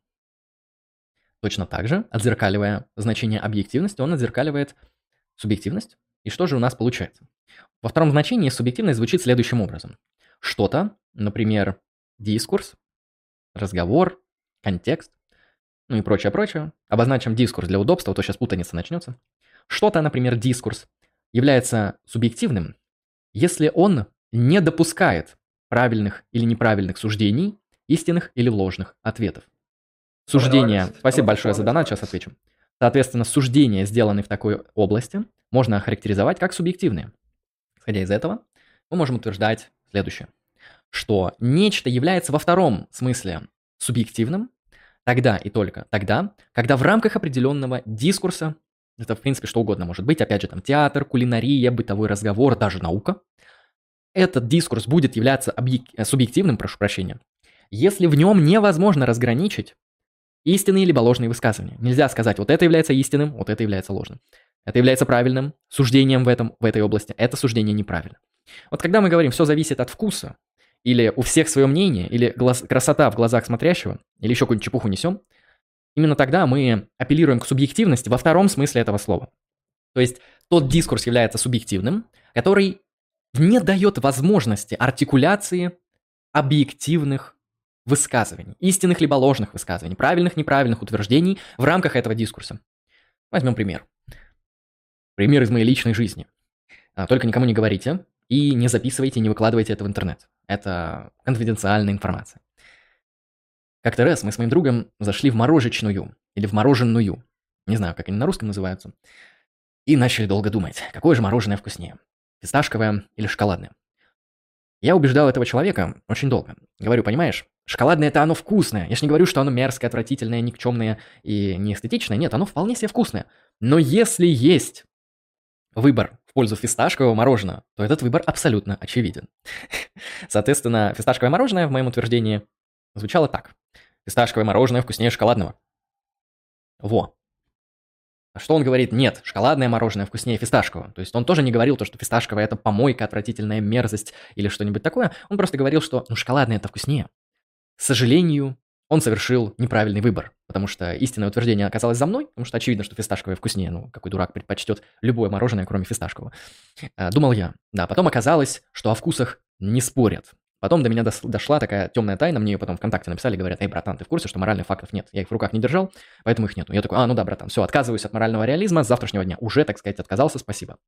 Точно так же, отзеркаливая значение объективности, он отзеркаливает субъективность. И что же у нас получается? Во втором значении субъективность звучит следующим образом. Что-то, например, дискурс, разговор, контекст, ну и прочее-прочее. Обозначим дискурс для удобства, а то сейчас путаница начнется. Что-то, например, дискурс, является субъективным, если он не допускает правильных или неправильных суждений, истинных или ложных ответов. Суждения, спасибо большое за донат, сейчас отвечу. Соответственно, суждения, сделанные в такой области, можно охарактеризовать как субъективные. Исходя из этого, мы можем утверждать следующее, что нечто является во втором смысле субъективным тогда и только тогда, когда в рамках определенного дискурса, это, в принципе, что угодно может быть. Опять же, там театр, кулинария, бытовой разговор, даже наука. Этот дискурс будет являться объек- субъективным, прошу прощения, если в нем невозможно разграничить истинные либо ложные высказывания. Нельзя сказать, вот это является истинным, вот это является ложным. Это является правильным суждением в, этом, в этой области, это суждение неправильно. Вот когда мы говорим, все зависит от вкуса, или у всех свое мнение, или глаз, красота в глазах смотрящего, или еще какую-нибудь чепуху несем, именно тогда мы апеллируем к субъективности во втором смысле этого слова. То есть тот дискурс является субъективным, который не дает возможности артикуляции объективных высказываний, истинных либо ложных высказываний, правильных, неправильных утверждений в рамках этого дискурса. Возьмем пример. Пример из моей личной жизни. Только никому не говорите и не записывайте, не выкладывайте это в интернет. Это конфиденциальная информация. Как-то раз мы с моим другом зашли в морожечную или в мороженую, не знаю, как они на русском называются, и начали долго думать, какое же мороженое вкуснее, фисташковое или шоколадное. Я убеждал этого человека очень долго. Говорю, понимаешь, шоколадное – это оно вкусное. Я же не говорю, что оно мерзкое, отвратительное, никчемное и неэстетичное. Нет, оно вполне себе вкусное. Но если есть выбор в пользу фисташкового мороженого, то этот выбор абсолютно очевиден. Соответственно, фисташковое мороженое в моем утверждении звучало так. Фисташковое мороженое вкуснее шоколадного. Во. А что он говорит? Нет, шоколадное мороженое вкуснее фисташкового. То есть он тоже не говорил то, что фисташковое – это помойка, отвратительная мерзость или что-нибудь такое. Он просто говорил, что ну, шоколадное – это вкуснее. К сожалению, он совершил неправильный выбор, потому что истинное утверждение оказалось за мной, потому что очевидно, что фисташковое вкуснее. Ну, какой дурак предпочтет любое мороженое, кроме фисташкового. Думал я. Да, потом оказалось, что о вкусах не спорят. Потом до меня дошла такая темная тайна, мне ее потом ВКонтакте написали, говорят: эй, братан, ты в курсе, что моральных фактов нет? Я их в руках не держал, поэтому их нету. Я такой: а, ну да, братан, все, отказываюсь от морального реализма с завтрашнего дня. Уже, так сказать, отказался, спасибо.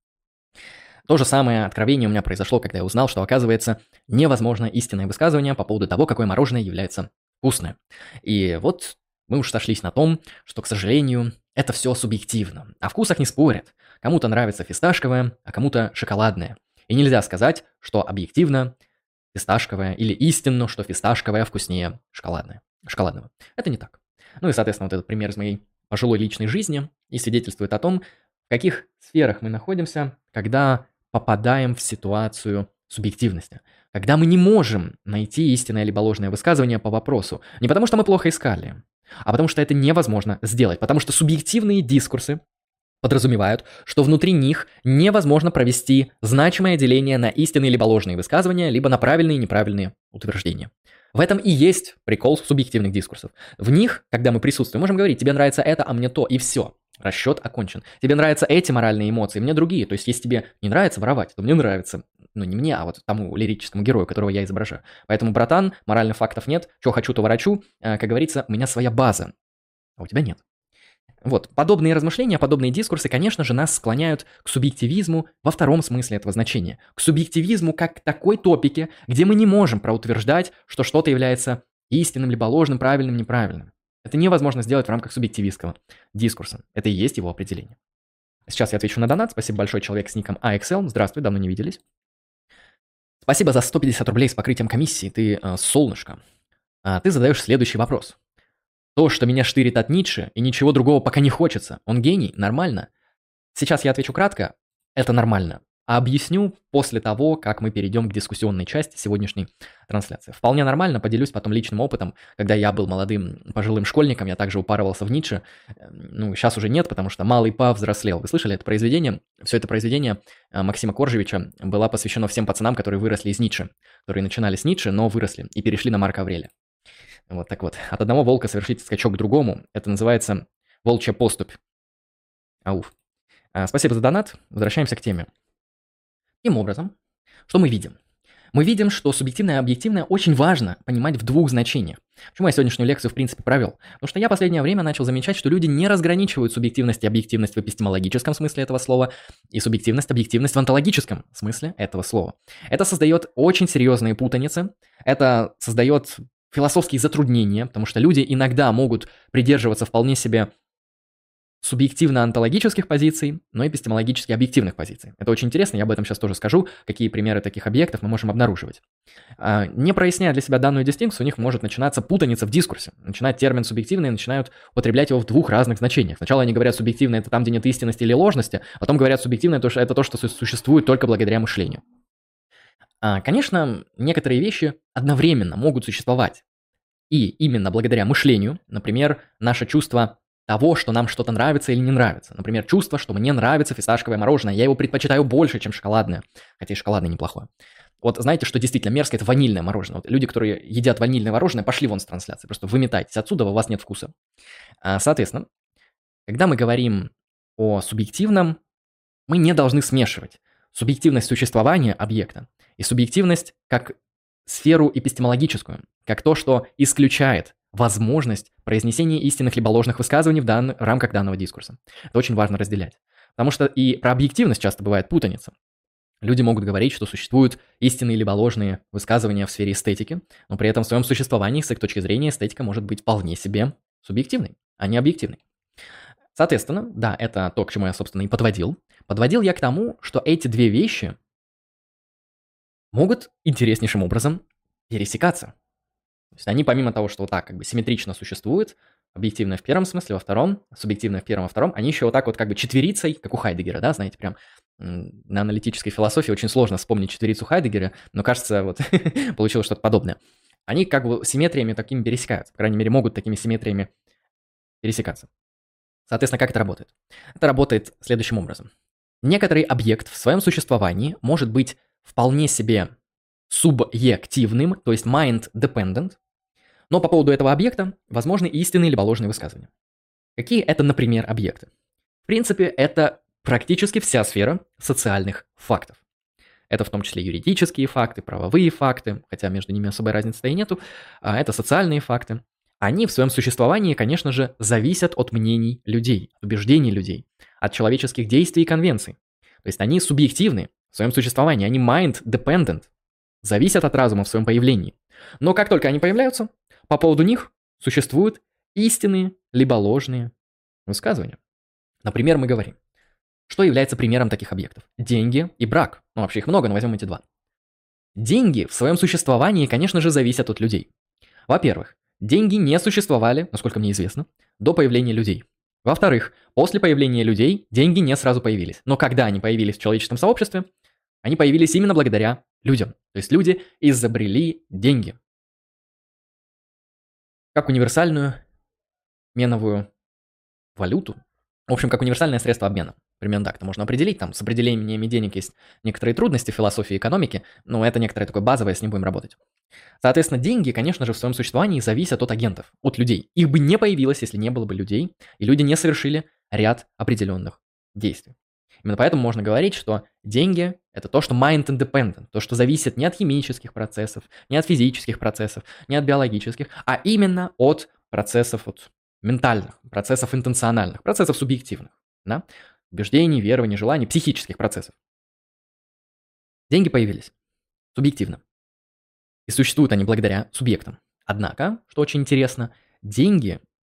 То же самое откровение у меня произошло, когда я узнал, что, оказывается, невозможно истинное высказывание по поводу того, какое мороженое является вкусное. И вот мы уж сошлись на том, что, к сожалению, это все субъективно. О вкусах не спорят. Кому-то нравится фисташковое, а кому-то шоколадное. И нельзя сказать, что объективно фисташковое или истинно, что фисташковое вкуснее шоколадное, шоколадного. Это не так. Ну и, соответственно, вот этот пример из моей пожилой личной жизни и свидетельствует о том, в каких сферах мы находимся, когда попадаем в ситуацию субъективности. Когда мы не можем найти истинное либо ложное высказывание по вопросу. Не потому, что мы плохо искали, а потому, что это невозможно сделать. Потому что субъективные дискурсы подразумевают, что внутри них невозможно провести значимое деление на истинные либо ложные высказывания, либо на правильные и неправильные утверждения. В этом и есть прикол субъективных дискурсов. В них, когда мы присутствуем, можем говорить: тебе нравится это, а мне то, и все. Расчет окончен. Тебе нравятся эти моральные эмоции, мне другие. То есть, если тебе не нравится воровать, то мне нравится. Ну, не мне, а вот тому лирическому герою, которого я изображаю. Поэтому, братан, моральных фактов нет. Что хочу, то ворочу. Как говорится, у меня своя база, а у тебя нет. Вот, подобные размышления, подобные дискурсы, конечно же, нас склоняют к субъективизму во втором смысле этого значения. К субъективизму как к такой топике, где мы не можем проутверждать, что что-то является истинным, либо ложным, правильным, неправильным. Это невозможно сделать в рамках субъективистского дискурса. Это и есть его определение. Сейчас я отвечу на донат. Спасибо большое, человек с ником а икс эл. Здравствуй, давно не виделись. Спасибо за сто пятьдесят рублей с покрытием комиссии. Ты э, солнышко. А ты задаешь следующий вопрос. То, что меня штырит от Ницше, и ничего другого пока не хочется. Он гений? Нормально? Сейчас я отвечу кратко. Это нормально. А объясню после того, как мы перейдем к дискуссионной части сегодняшней трансляции. Вполне нормально, поделюсь потом личным опытом. Когда я был молодым пожилым школьником, я также упарывался в Ницше. Ну, сейчас уже нет, потому что малый повзрослел. Вы слышали это произведение? Все это произведение Максима Коржевича было посвящено всем пацанам, которые выросли из Ницше. Которые начинали с Ницше, но выросли и перешли на Марка Аврелия. Вот так вот. От одного волка совершить скачок к другому. Это называется волчья поступь. Ауф. А, спасибо за донат. Возвращаемся к теме. Таким образом, что мы видим? Мы видим, что субъективное и объективное очень важно понимать в двух значениях. Почему я сегодняшнюю лекцию в принципе провел? Потому что я в последнее время начал замечать, что люди не разграничивают субъективность и объективность в эпистемологическом смысле этого слова и субъективность, объективность в онтологическом смысле этого слова. Это создает очень серьезные путаницы. Это создает философские затруднения, потому что люди иногда могут придерживаться вполне себе субъективно-онтологических позиций, но эпистемологически объективных позиций. Это очень интересно, я об этом сейчас тоже скажу, какие примеры таких объектов мы можем обнаруживать. Не проясняя для себя данную дистинкцию, у них может начинаться путаница в дискурсе. Начинают термин субъективный и начинают употреблять его в двух разных значениях. Сначала они говорят, субъективно это там, где нет истинности или ложности, потом говорят, субъективно это то, что существует только благодаря мышлению. Конечно, некоторые вещи одновременно могут существовать. И именно благодаря мышлению, например, наше чувство того, что нам что-то нравится или не нравится. Например, чувство, что мне нравится фисташковое мороженое, я его предпочитаю больше, чем шоколадное, хотя и шоколадное неплохое. Вот знаете, что действительно мерзко, это ванильное мороженое. Вот люди, которые едят ванильное мороженое, пошли вон с трансляции, просто выметайтесь отсюда, у вас нет вкуса. Соответственно, когда мы говорим о субъективном, мы не должны смешивать субъективность существования объекта и субъективность как сферу эпистемологическую, как то, что исключает возможность произнесения истинных либо ложных высказываний в дан... рамках данного дискурса. Это очень важно разделять. Потому что и про объективность часто бывает путаница. Люди могут говорить, что существуют истинные либо ложные высказывания в сфере эстетики, но при этом в своем существовании, с их точки зрения, эстетика может быть вполне себе субъективной, а не объективной. Соответственно, да, это то, к чему я, собственно, и подводил. Подводил я к тому, что эти две вещи могут интереснейшим образом пересекаться. То есть они помимо того, что вот так как бы симметрично существуют, объективное в первом смысле, во втором, субъективное в первом, во втором, они еще вот так вот как бы четверицей, как у Хайдеггера, да, знаете, прям м, на аналитической философии очень сложно вспомнить четверицу Хайдеггера, но кажется, вот получилось что-то подобное. Они как бы симметриями такими пересекаются, по крайней мере, могут такими симметриями пересекаться. Соответственно, как это работает? Это работает следующим образом. Некоторый объект в своем существовании может быть вполне себе субъективным, то есть mind-dependent, но по поводу этого объекта возможны истинные либо ложные высказывания. Какие это, например, объекты? В принципе, это практически вся сфера социальных фактов. Это в том числе юридические факты, правовые факты, хотя между ними особой разницы-то и нету, а это социальные факты. Они в своем существовании, конечно же, зависят от мнений людей, от убеждений людей, от человеческих действий и конвенций. То есть они субъективны в своем существовании, они mind-dependent, зависят от разума в своем появлении. Но как только они появляются, по поводу них существуют истинные либо ложные высказывания. Например, мы говорим, что является примером таких объектов? Деньги и брак. Ну, вообще их много, но возьмем эти два. Деньги в своем существовании, конечно же, зависят от людей. Во-первых, деньги не существовали, насколько мне известно, до появления людей. Во-вторых, после появления людей деньги не сразу появились. Но когда они появились в человеческом сообществе, они появились именно благодаря людям. То есть люди изобрели деньги как универсальную меновую валюту. В общем, как универсальное средство обмена. Примерно так это можно определить. Там с определениями денег есть некоторые трудности в философии и экономике, но это некоторое такое базовое, с ним будем работать. Соответственно, деньги, конечно же, в своем существовании зависят от агентов, от людей. Их бы не появилось, если не было бы людей, и люди не совершили ряд определенных действий. Именно поэтому можно говорить, что деньги – это то, что mind-independent, то, что зависит не от химических процессов, не от физических процессов, не от биологических, а именно от процессов от ментальных, процессов интенциональных, процессов субъективных, да? Убеждений, верований, желаний, психических процессов. Деньги появились субъективно. И существуют они благодаря субъектам. Однако, что очень интересно, деньги –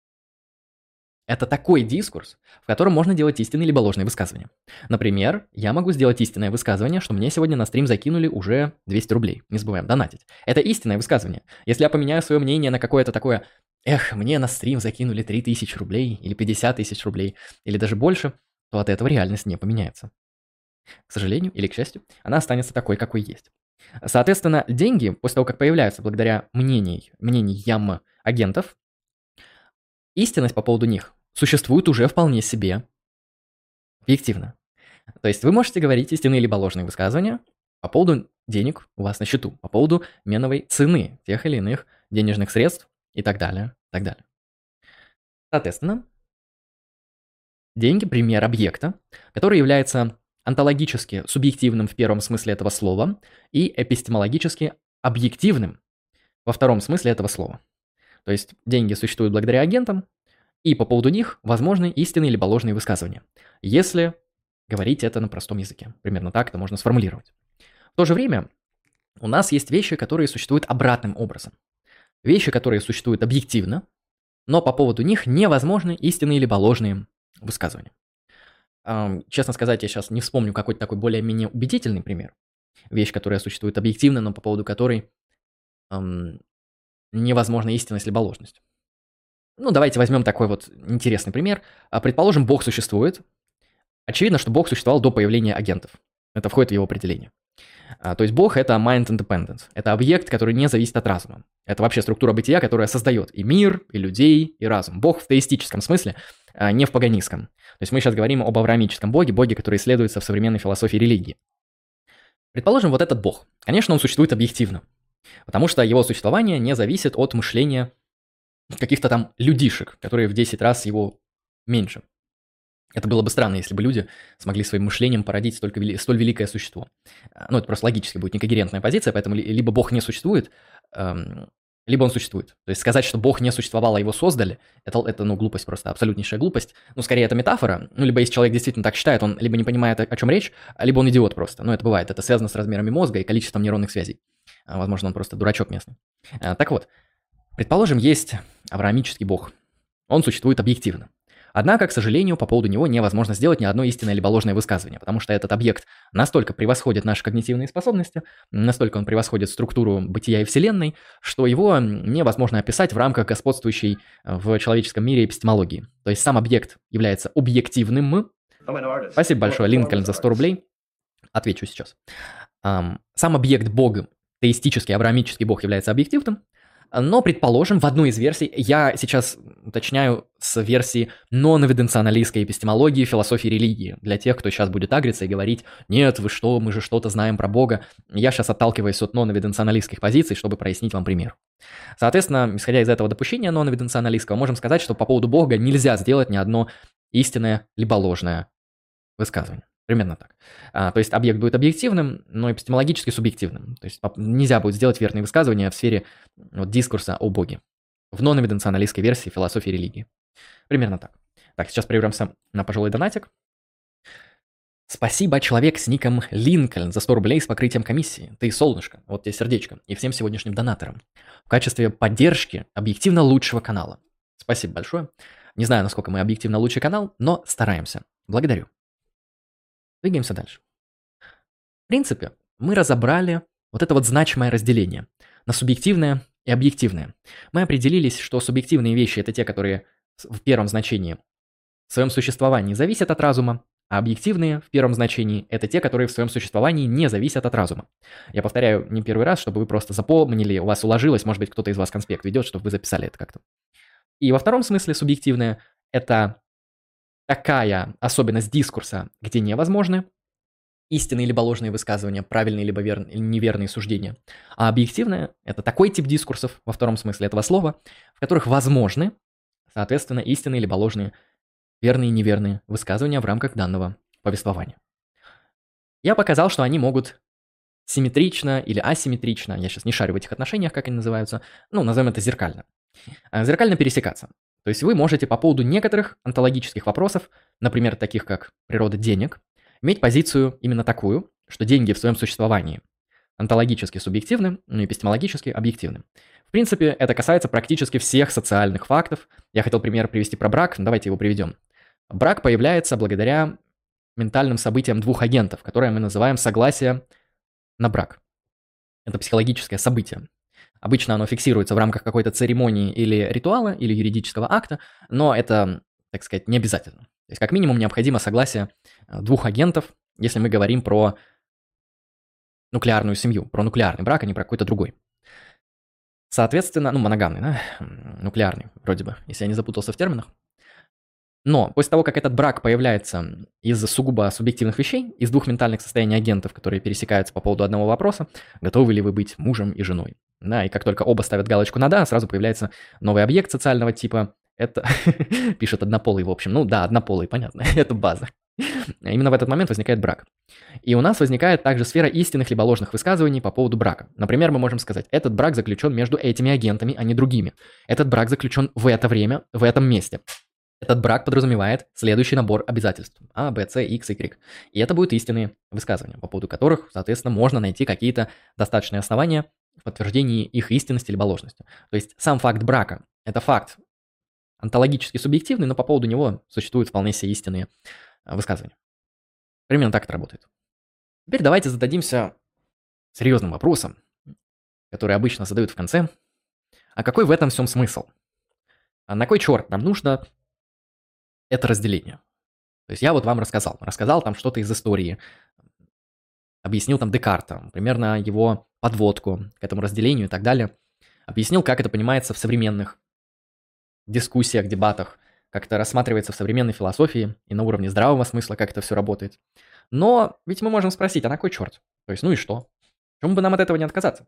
это такой дискурс, в котором можно делать истинные либо ложные высказывания. Например, я могу сделать истинное высказывание, что мне сегодня на стрим закинули уже двести рублей. Не забываем донатить. Это истинное высказывание. Если я поменяю свое мнение на какое-то такое, эх, мне на стрим закинули три тысячи рублей или пятьдесят тысяч рублей, или даже больше, то от этого реальность не поменяется. К сожалению или к счастью, она останется такой, какой есть. Соответственно, деньги, после того, как появляются благодаря мнений, мнениям агентов, истинность по поводу них существует уже вполне себе объективно. То есть вы можете говорить истинные либо ложные высказывания по поводу денег у вас на счету, по поводу меновой цены тех или иных денежных средств и так далее, так далее. Соответственно, деньги – пример объекта, который является онтологически субъективным в первом смысле этого слова и эпистемологически объективным во втором смысле этого слова. То есть деньги существуют благодаря агентам, и по поводу них возможны истинные либо ложные высказывания, если говорить это на простом языке. Примерно так это можно сформулировать. В то же время у нас есть вещи, которые существуют обратным образом. Вещи, которые существуют объективно, но по поводу них невозможны истинные либо ложные высказывания. Честно сказать, я сейчас не вспомню какой-то такой более-менее убедительный пример. Вещь, которая существует объективно, но по поводу которой эм, невозможна истинность либо ложность. Ну, давайте возьмем такой вот интересный пример. Предположим, Бог существует. Очевидно, что Бог существовал до появления агентов. Это входит в его определение. То есть Бог – это mind independent. Это объект, который не зависит от разума. Это вообще структура бытия, которая создает и мир, и людей, и разум. Бог в теистическом смысле, не в паганистском. То есть мы сейчас говорим об авраамическом боге, боге, который исследуется в современной философии религии. Предположим, вот этот Бог. Конечно, он существует объективно, потому что его существование не зависит от мышления каких-то там людишек, которые в десять раз его меньше. Это было бы странно, если бы люди смогли своим мышлением породить столько вели... столь великое существо. Ну, это просто логически будет некогерентная позиция, поэтому либо Бог не существует, эм, либо он существует. То есть сказать, что Бог не существовал, а его создали, это, это ну, глупость просто, абсолютнейшая глупость. Ну, скорее, это метафора. Ну, либо если человек действительно так считает, он либо не понимает, о чем речь, либо он идиот просто. Ну, это бывает. Это связано с размерами мозга и количеством нейронных связей. Возможно, он просто дурачок местный. Так вот, предположим, есть авраамический Бог. Он существует объективно. Однако, к сожалению, по поводу него невозможно сделать ни одно истинное либо ложное высказывание, потому что этот объект настолько превосходит наши когнитивные способности, настолько он превосходит структуру бытия и Вселенной, что его невозможно описать в рамках господствующей в человеческом мире эпистемологии. То есть сам объект является объективным. Спасибо большое, Линкольн, за сто рублей. Отвечу сейчас. Сам объект Бога, теистический, авраамический Бог, является объективным. Но, предположим, в одной из версий, я сейчас уточняю с версии нон-эвиденционалистской эпистемологии, философии религии, для тех, кто сейчас будет агриться и говорить: нет, вы что, мы же что-то знаем про Бога. Я сейчас отталкиваюсь от нон-эвиденционалистских позиций, чтобы прояснить вам пример. Соответственно, исходя из этого допущения нон-эвиденционалистского, можем сказать, что по поводу Бога нельзя сделать ни одно истинное либо ложное высказывание. Примерно так. А, то есть объект будет объективным, но эпистемологически субъективным. То есть нельзя будет сделать верные высказывания в сфере вот, дискурса о Боге в нон-эвиденционалистской версии философии религии. Примерно так. Так, сейчас прервемся на пожилой донатик. Спасибо, человек с ником Линкольн, за сто рублей с покрытием комиссии. Ты солнышко, вот тебе сердечко. И всем сегодняшним донаторам. В качестве поддержки объективно лучшего канала. Спасибо большое. Не знаю, насколько мы объективно лучший канал, но стараемся. Благодарю. Двигаемся дальше. В принципе, мы разобрали вот это вот значимое разделение на субъективное и объективное. Мы определились, что субъективные вещи – это те, которые в первом значении в своем существовании зависят от разума, а объективные в первом значении – это те, которые в своем существовании не зависят от разума. Я повторяю не первый раз, чтобы вы просто запомнили, у вас уложилось, может быть, кто-то из вас конспект ведет, чтобы вы записали это как-то. И во втором смысле субъективное – это такая особенность дискурса, где невозможны истинные либо ложные высказывания, правильные либо вер... неверные суждения. А объективное – это такой тип дискурсов, во втором смысле этого слова, в которых возможны, соответственно, истинные либо ложные, верные и неверные высказывания в рамках данного повествования. Я показал, что они могут симметрично или асимметрично, я сейчас не шарю в этих отношениях, как они называются, ну, назовем это зеркально, зеркально пересекаться. То есть вы можете по поводу некоторых онтологических вопросов, например, таких как природа денег, иметь позицию именно такую, что деньги в своем существовании онтологически субъективны, но эпистемологически объективны. В принципе, это касается практически всех социальных фактов. Я хотел пример привести про брак, давайте его приведем. Брак появляется благодаря ментальным событиям двух агентов, которые мы называем согласие на брак. Это психологическое событие. Обычно оно фиксируется в рамках какой-то церемонии или ритуала, или юридического акта, но это, так сказать, не обязательно. То есть как минимум необходимо согласие двух агентов, если мы говорим про нуклеарную семью, про нуклеарный брак, а не про какой-то другой. Соответственно, ну, моногамный, да, нуклеарный, вроде бы, если я не запутался в терминах. Но после того, как этот брак появляется из сугубо субъективных вещей, из двух ментальных состояний агентов, которые пересекаются по поводу одного вопроса, готовы ли вы быть мужем и женой? Да, и как только оба ставят галочку на «да», сразу появляется новый объект социального типа. Это пишет однополый, в общем. Ну да, однополый, понятно, это база. Именно в этот момент возникает брак. И у нас возникает также сфера истинных либо ложных высказываний по поводу брака. Например, мы можем сказать: этот брак заключен между этими агентами, а не другими. Этот брак заключен в это время, в этом месте. Этот брак подразумевает следующий набор обязательств: А, Б, С, Х, Y. И это будут истинные высказывания, по поводу которых, соответственно, можно найти какие-то достаточные основания в подтверждении их истинности либо ложности. То есть сам факт брака – это факт онтологически субъективный, но по поводу него существуют вполне себе истинные высказывания. Примерно так это работает. Теперь давайте зададимся серьезным вопросом, который обычно задают в конце. А какой в этом всем смысл? А на кой черт нам нужно это разделение? То есть я вот вам рассказал, рассказал там что-то из истории, объяснил там Декарта, примерно его подводку к этому разделению и так далее, объяснил, как это понимается в современных дискуссиях, дебатах, как это рассматривается в современной философии и на уровне здравого смысла, как это все работает. Но ведь мы можем спросить: а на кой черт? То есть, ну и что? Почему бы нам от этого не отказаться?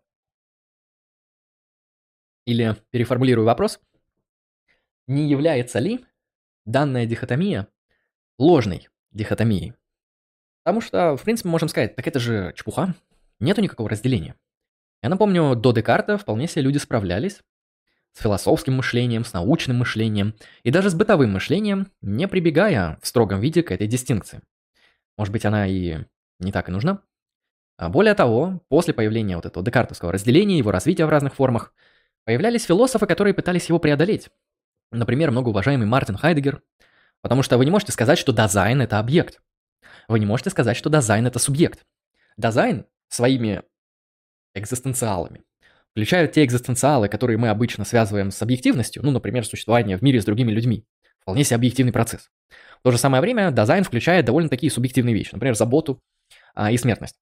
Или переформулирую вопрос: не является ли данная дихотомия ложной дихотомией? Потому что, в принципе, мы можем сказать: так это же чепуха, нету никакого разделения. Я напомню, до Декарта вполне себе люди справлялись с философским мышлением, с научным мышлением и даже с бытовым мышлением, не прибегая в строгом виде к этой дистинкции. Может быть, она и не так и нужна. А более того, после появления вот этого декартовского разделения, его развития в разных формах, появлялись философы, которые пытались его преодолеть. Например, многоуважаемый Мартин Хайдеггер, Потому что вы не можете сказать, что дизайн – это объект. Вы не можете сказать, что дизайн – это субъект. Дизайн своими экзистенциалами включают те экзистенциалы, которые мы обычно связываем с объективностью, ну, например, существование в мире с другими людьми. Вполне себе объективный процесс. В то же самое время дизайн включает довольно такие субъективные вещи, например, заботу а, и смертность.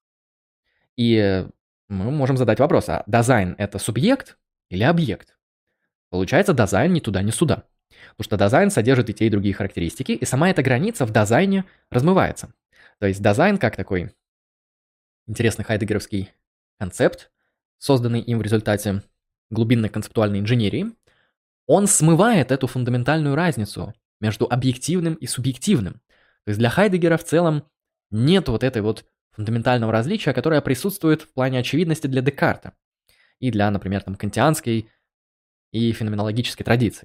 И мы можем задать вопрос, а дизайн – это субъект или объект? Получается, дизайн ни туда, ни сюда. Потому что дизайн содержит и те, и другие характеристики, и сама эта граница в дизайне размывается. То есть дизайн как такой интересный хайдеггеровский концепт, созданный им в результате глубинной концептуальной инженерии, он смывает эту фундаментальную разницу между объективным и субъективным. То есть для Хайдеггера в целом нет вот этой вот фундаментального различия, которое присутствует в плане очевидности для Декарта и для, например, там, кантианской и феноменологической традиции.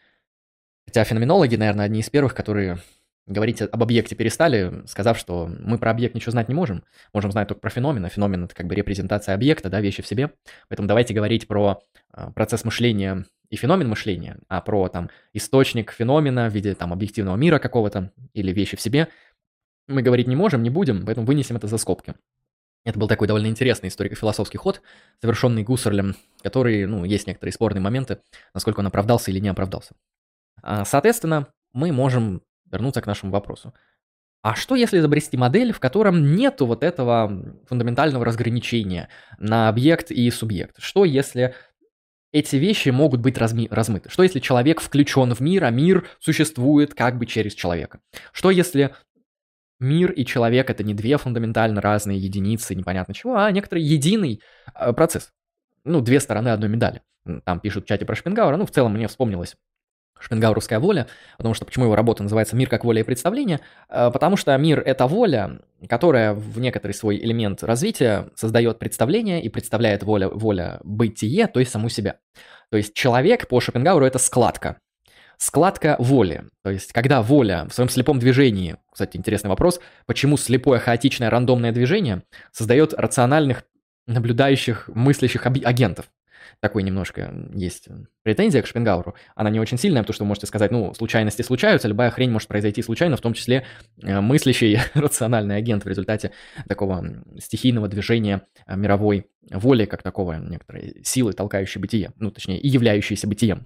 Хотя феноменологи, наверное, одни из первых, которые говорить об объекте перестали, сказав, что мы про объект ничего знать не можем, можем знать только про феномен, а феномен – это как бы репрезентация объекта, да, вещи в себе. Поэтому давайте говорить про процесс мышления и феномен мышления, а про там источник феномена в виде там объективного мира какого-то или вещи в себе мы говорить не можем, не будем, поэтому вынесем это за скобки. Это был такой довольно интересный историко-философский ход, совершенный Гуссерлем, который, ну, есть некоторые спорные моменты, насколько он оправдался или не оправдался. Соответственно, мы можем вернуться к нашему вопросу. А что, если изобрести модель, в котором нету вот этого фундаментального разграничения на объект и субъект? Что, если эти вещи могут быть разми- размыты? Что, если человек включен в мир, а мир существует как бы через человека? Что, если мир и человек – это не две фундаментально разные единицы, непонятно чего, а некоторый единый э, процесс? Ну, две стороны одной медали. Там пишут в чате про Шопенгауэра, ну, в целом мне вспомнилось Шопенгауэровская воля, потому что почему его работа называется «Мир как воля и представление», потому что мир – это воля, которая в некоторый свой элемент развития создает представление и представляет воля, воля бытие, то есть саму себя. То есть человек по Шопенгауэру – это складка. Складка воли. То есть когда воля в своем слепом движении, кстати, интересный вопрос, почему слепое хаотичное рандомное движение создает рациональных, наблюдающих, мыслящих агентов? Такой немножко есть претензия к Шопенгауэру. Она не очень сильная, потому что вы можете сказать, ну, случайности случаются, любая хрень может произойти случайно, в том числе мыслящий рациональный агент в результате такого стихийного движения мировой воли, как такого некоторой силы, толкающей бытие, ну, точнее, и являющейся бытием.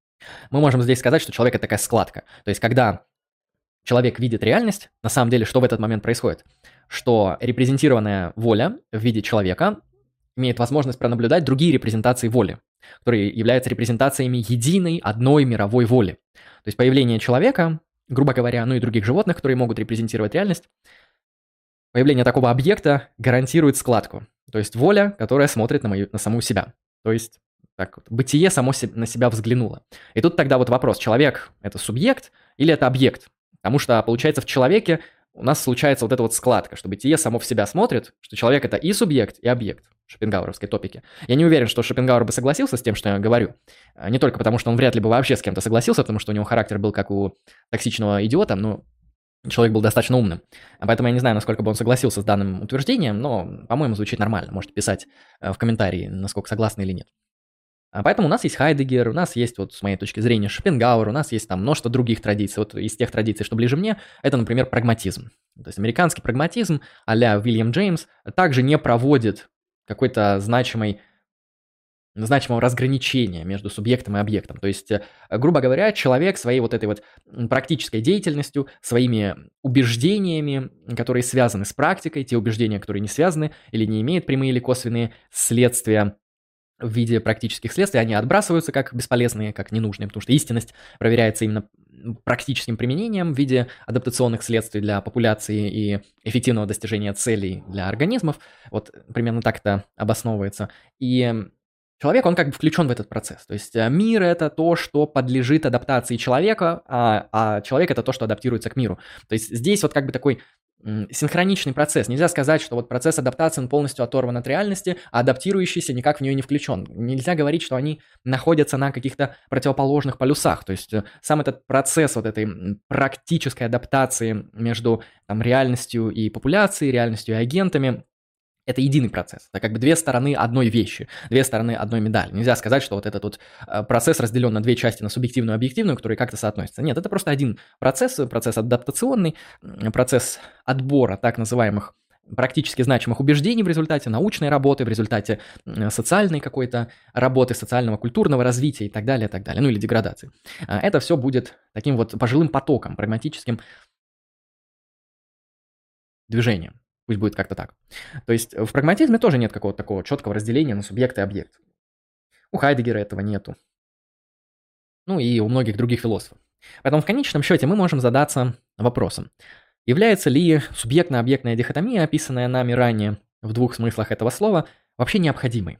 Мы можем здесь сказать, что человек – это такая складка. То есть, когда человек видит реальность, на самом деле, что в этот момент происходит? Что репрезентированная воля в виде человека имеет возможность пронаблюдать другие репрезентации воли, которые являются репрезентациями единой одной мировой воли. То есть появление человека, грубо говоря, ну и других животных, которые могут репрезентировать реальность, появление такого объекта гарантирует складку. То есть воля, которая смотрит на, мою, на саму себя. То есть так вот, бытие само се- на себя взглянуло. И тут тогда вот вопрос, человек – это субъект или это объект? Потому что, получается, в человеке у нас случается вот эта вот складка, что бытие само в себя смотрит, что человек – это и субъект, и объект. Шопенгауэровской топике. Я не уверен, что Шопенгауэр бы согласился с тем, что я говорю. Не только потому, что он вряд ли бы вообще с кем-то согласился, потому что у него характер был как у токсичного идиота, но человек был достаточно умным. Поэтому я не знаю, насколько бы он согласился с данным утверждением, но, по-моему, звучит нормально. Можете писать в комментарии, насколько согласны или нет. Поэтому у нас есть Хайдеггер, у нас есть, вот с моей точки зрения, Шопенгауэр, у нас есть там множество других традиций. Вот из тех традиций, что ближе мне, это, например, прагматизм. То есть американский прагматизм а-ля Уильям Джеймс также не проводит какой-то значимой, значимого разграничения между субъектом и объектом. То есть, грубо говоря, человек своей вот этой вот практической деятельностью, своими убеждениями, которые связаны с практикой, те убеждения, которые не связаны или не имеют прямые или косвенные следствия в виде практических следствий, они отбрасываются как бесполезные, как ненужные, потому что истинность проверяется именно практическим применением в виде адаптационных следствий для популяции и эффективного достижения целей для организмов. Вот примерно так это обосновывается. И человек, он как бы включен в этот процесс. То есть мир – это то, что подлежит адаптации человека, а, а человек – это то, что адаптируется к миру. То есть здесь вот как бы такой синхроничный процесс. Нельзя сказать, что вот процесс адаптации он полностью оторван от реальности, а адаптирующийся никак в нее не включен. Нельзя говорить, что они находятся на каких-то противоположных полюсах. То есть сам этот процесс вот этой практической адаптации между там, реальностью и популяцией, реальностью и агентами, Это единый процесс. Это как бы две стороны одной вещи, две стороны одной медали. Нельзя сказать, что вот этот вот процесс разделен на две части, на субъективную и объективную, которые как-то соотносятся. Нет, это просто один процесс, процесс адаптационный, процесс отбора так называемых практически значимых убеждений в результате научной работы, в результате социальной какой-то работы, социального, культурного развития и так далее, и так далее, ну или деградации. Это все будет таким вот пожилым потоком, прагматическим движением. Пусть будет как-то так. То есть в прагматизме тоже нет какого-то такого четкого разделения на субъект и объект. У Хайдеггера этого нету. Ну и у многих других философов. Поэтому в конечном счете мы можем задаться вопросом. Является ли субъектно-объектная дихотомия, описанная нами ранее в двух смыслах этого слова, вообще необходимой?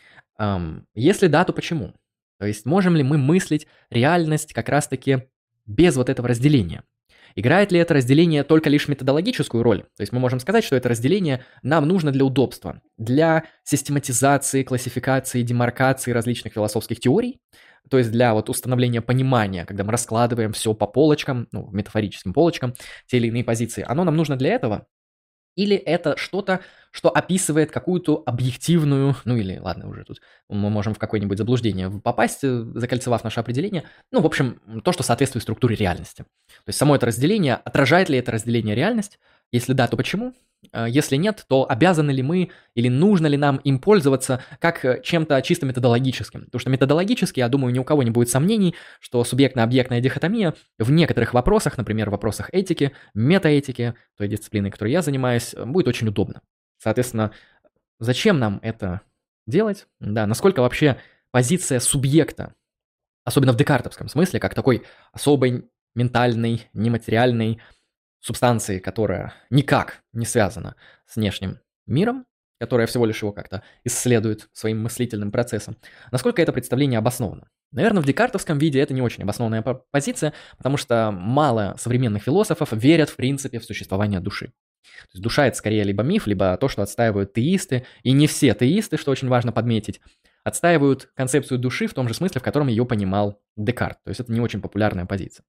Эм, если да, то почему? То есть можем ли мы мыслить реальность как раз-таки без вот этого разделения? Играет ли это разделение только лишь методологическую роль? То есть мы можем сказать, что это разделение нам нужно для удобства, для систематизации, классификации, демаркации различных философских теорий, то есть для вот установления понимания, когда мы раскладываем все по полочкам, ну, метафорическим полочкам, те или иные позиции. Оно нам нужно для этого? Или это что-то, что описывает какую-то объективную, ну или, ладно, уже тут мы можем в какое-нибудь заблуждение попасть, закольцевав наше определение, ну, в общем, то, что соответствует структуре реальности. То есть само это разделение, отражает ли это разделение реальность? Если да, то почему? Если нет, то обязаны ли мы или нужно ли нам им пользоваться как чем-то чисто методологическим? Потому что методологически, я думаю, ни у кого не будет сомнений, что субъектно-объектная дихотомия в некоторых вопросах, например, в вопросах этики, метаэтики, той дисциплины, которой я занимаюсь, будет очень удобно. Соответственно, зачем нам это делать? Да, насколько вообще позиция субъекта, особенно в декартовском смысле, как такой особой ментальной, нематериальной субстанции, которая никак не связана с внешним миром, которая всего лишь его как-то исследует своим мыслительным процессом, насколько это представление обосновано? Наверное, в декартовском виде это не очень обоснованная позиция, потому что мало современных философов верят в принципе в существование души. То есть душа – это скорее либо миф, либо то, что отстаивают теисты, и не все теисты, что очень важно подметить, отстаивают концепцию души в том же смысле, в котором ее понимал Декарт. То есть это не очень популярная позиция.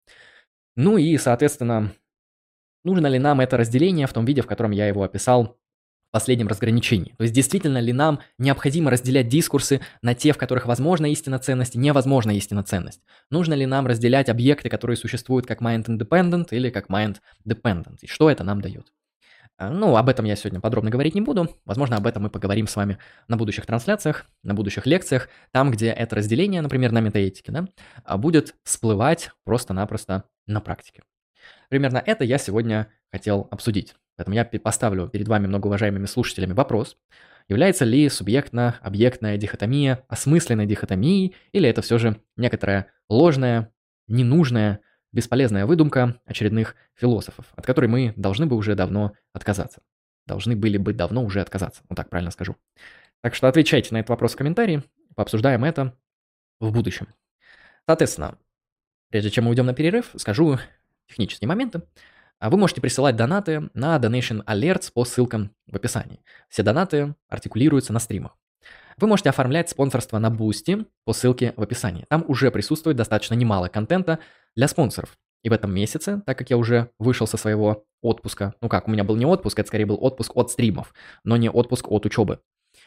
Ну и, соответственно, нужно ли нам это разделение в том виде, в котором я его описал в последнем разграничении? То есть действительно ли нам необходимо разделять дискурсы на те, в которых возможна истинная ценность и невозможна истинная ценность? Нужно ли нам разделять объекты, которые существуют как mind-independent или как mind-dependent? И что это нам дает? Ну, об этом я сегодня подробно говорить не буду. Возможно, об этом мы поговорим с вами на будущих трансляциях, на будущих лекциях, там, где это разделение, например, на метаэтике, да, будет всплывать просто-напросто на практике. Примерно это я сегодня хотел обсудить. Поэтому я поставлю перед вами, многоуважаемыми слушателями, вопрос. Является ли субъектно-объектная дихотомия осмысленной дихотомией, или это все же некоторая ложная, ненужная, бесполезная выдумка очередных философов, от которой мы должны бы уже давно отказаться. Должны были бы давно уже отказаться, вот так правильно скажу. Так что отвечайте на этот вопрос в комментарии, пообсуждаем это в будущем. Соответственно, прежде чем мы уйдем на перерыв, скажу технические моменты. Вы можете присылать донаты на Donation Alerts по ссылкам в описании. Все донаты артикулируются на стримах. Вы можете оформлять спонсорство на Boosty по ссылке в описании. Там уже присутствует достаточно немало контента для спонсоров. И в этом месяце, так как я уже вышел со своего отпуска, ну как, у меня был не отпуск, это скорее был отпуск от стримов, но не отпуск от учебы,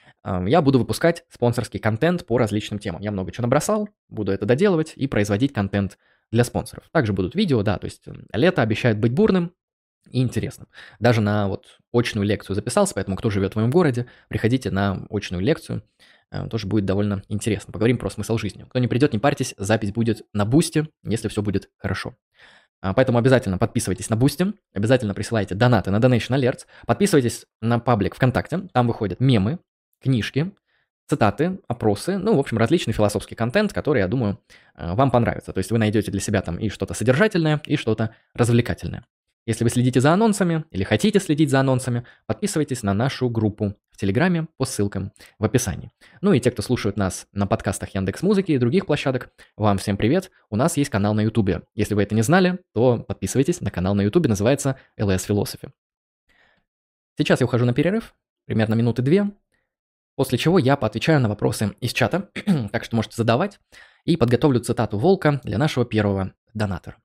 я буду выпускать спонсорский контент по различным темам. Я много чего набросал, буду это доделывать и производить контент для спонсоров. Также будут видео, да, то есть лето обещает быть бурным и интересным. Даже на вот очную лекцию записался, поэтому кто живет в моем городе, приходите на очную лекцию, тоже будет довольно интересно. Поговорим про смысл жизни. Кто не придет, не парьтесь, запись будет на Бусти, если все будет хорошо. Поэтому обязательно подписывайтесь на Бусти, обязательно присылайте донаты на Donation Alerts, подписывайтесь на паблик ВКонтакте, там выходят мемы, книжки, цитаты, опросы, ну, в общем, различный философский контент, который, я думаю, вам понравится. То есть вы найдете для себя там и что-то содержательное, и что-то развлекательное. Если вы следите за анонсами или хотите следить за анонсами, подписывайтесь на нашу группу в Телеграме по ссылкам в описании. Ну и те, кто слушают нас на подкастах Яндекс.Музыки и других площадок, вам всем привет. У нас есть канал на Ютубе. Если вы это не знали, то подписывайтесь на канал на Ютубе, называется эл эс Philosophy. Сейчас я ухожу на перерыв, примерно минуты две, после чего я поотвечаю на вопросы из чата, так что можете задавать, и подготовлю цитату Волка для нашего первого донатора.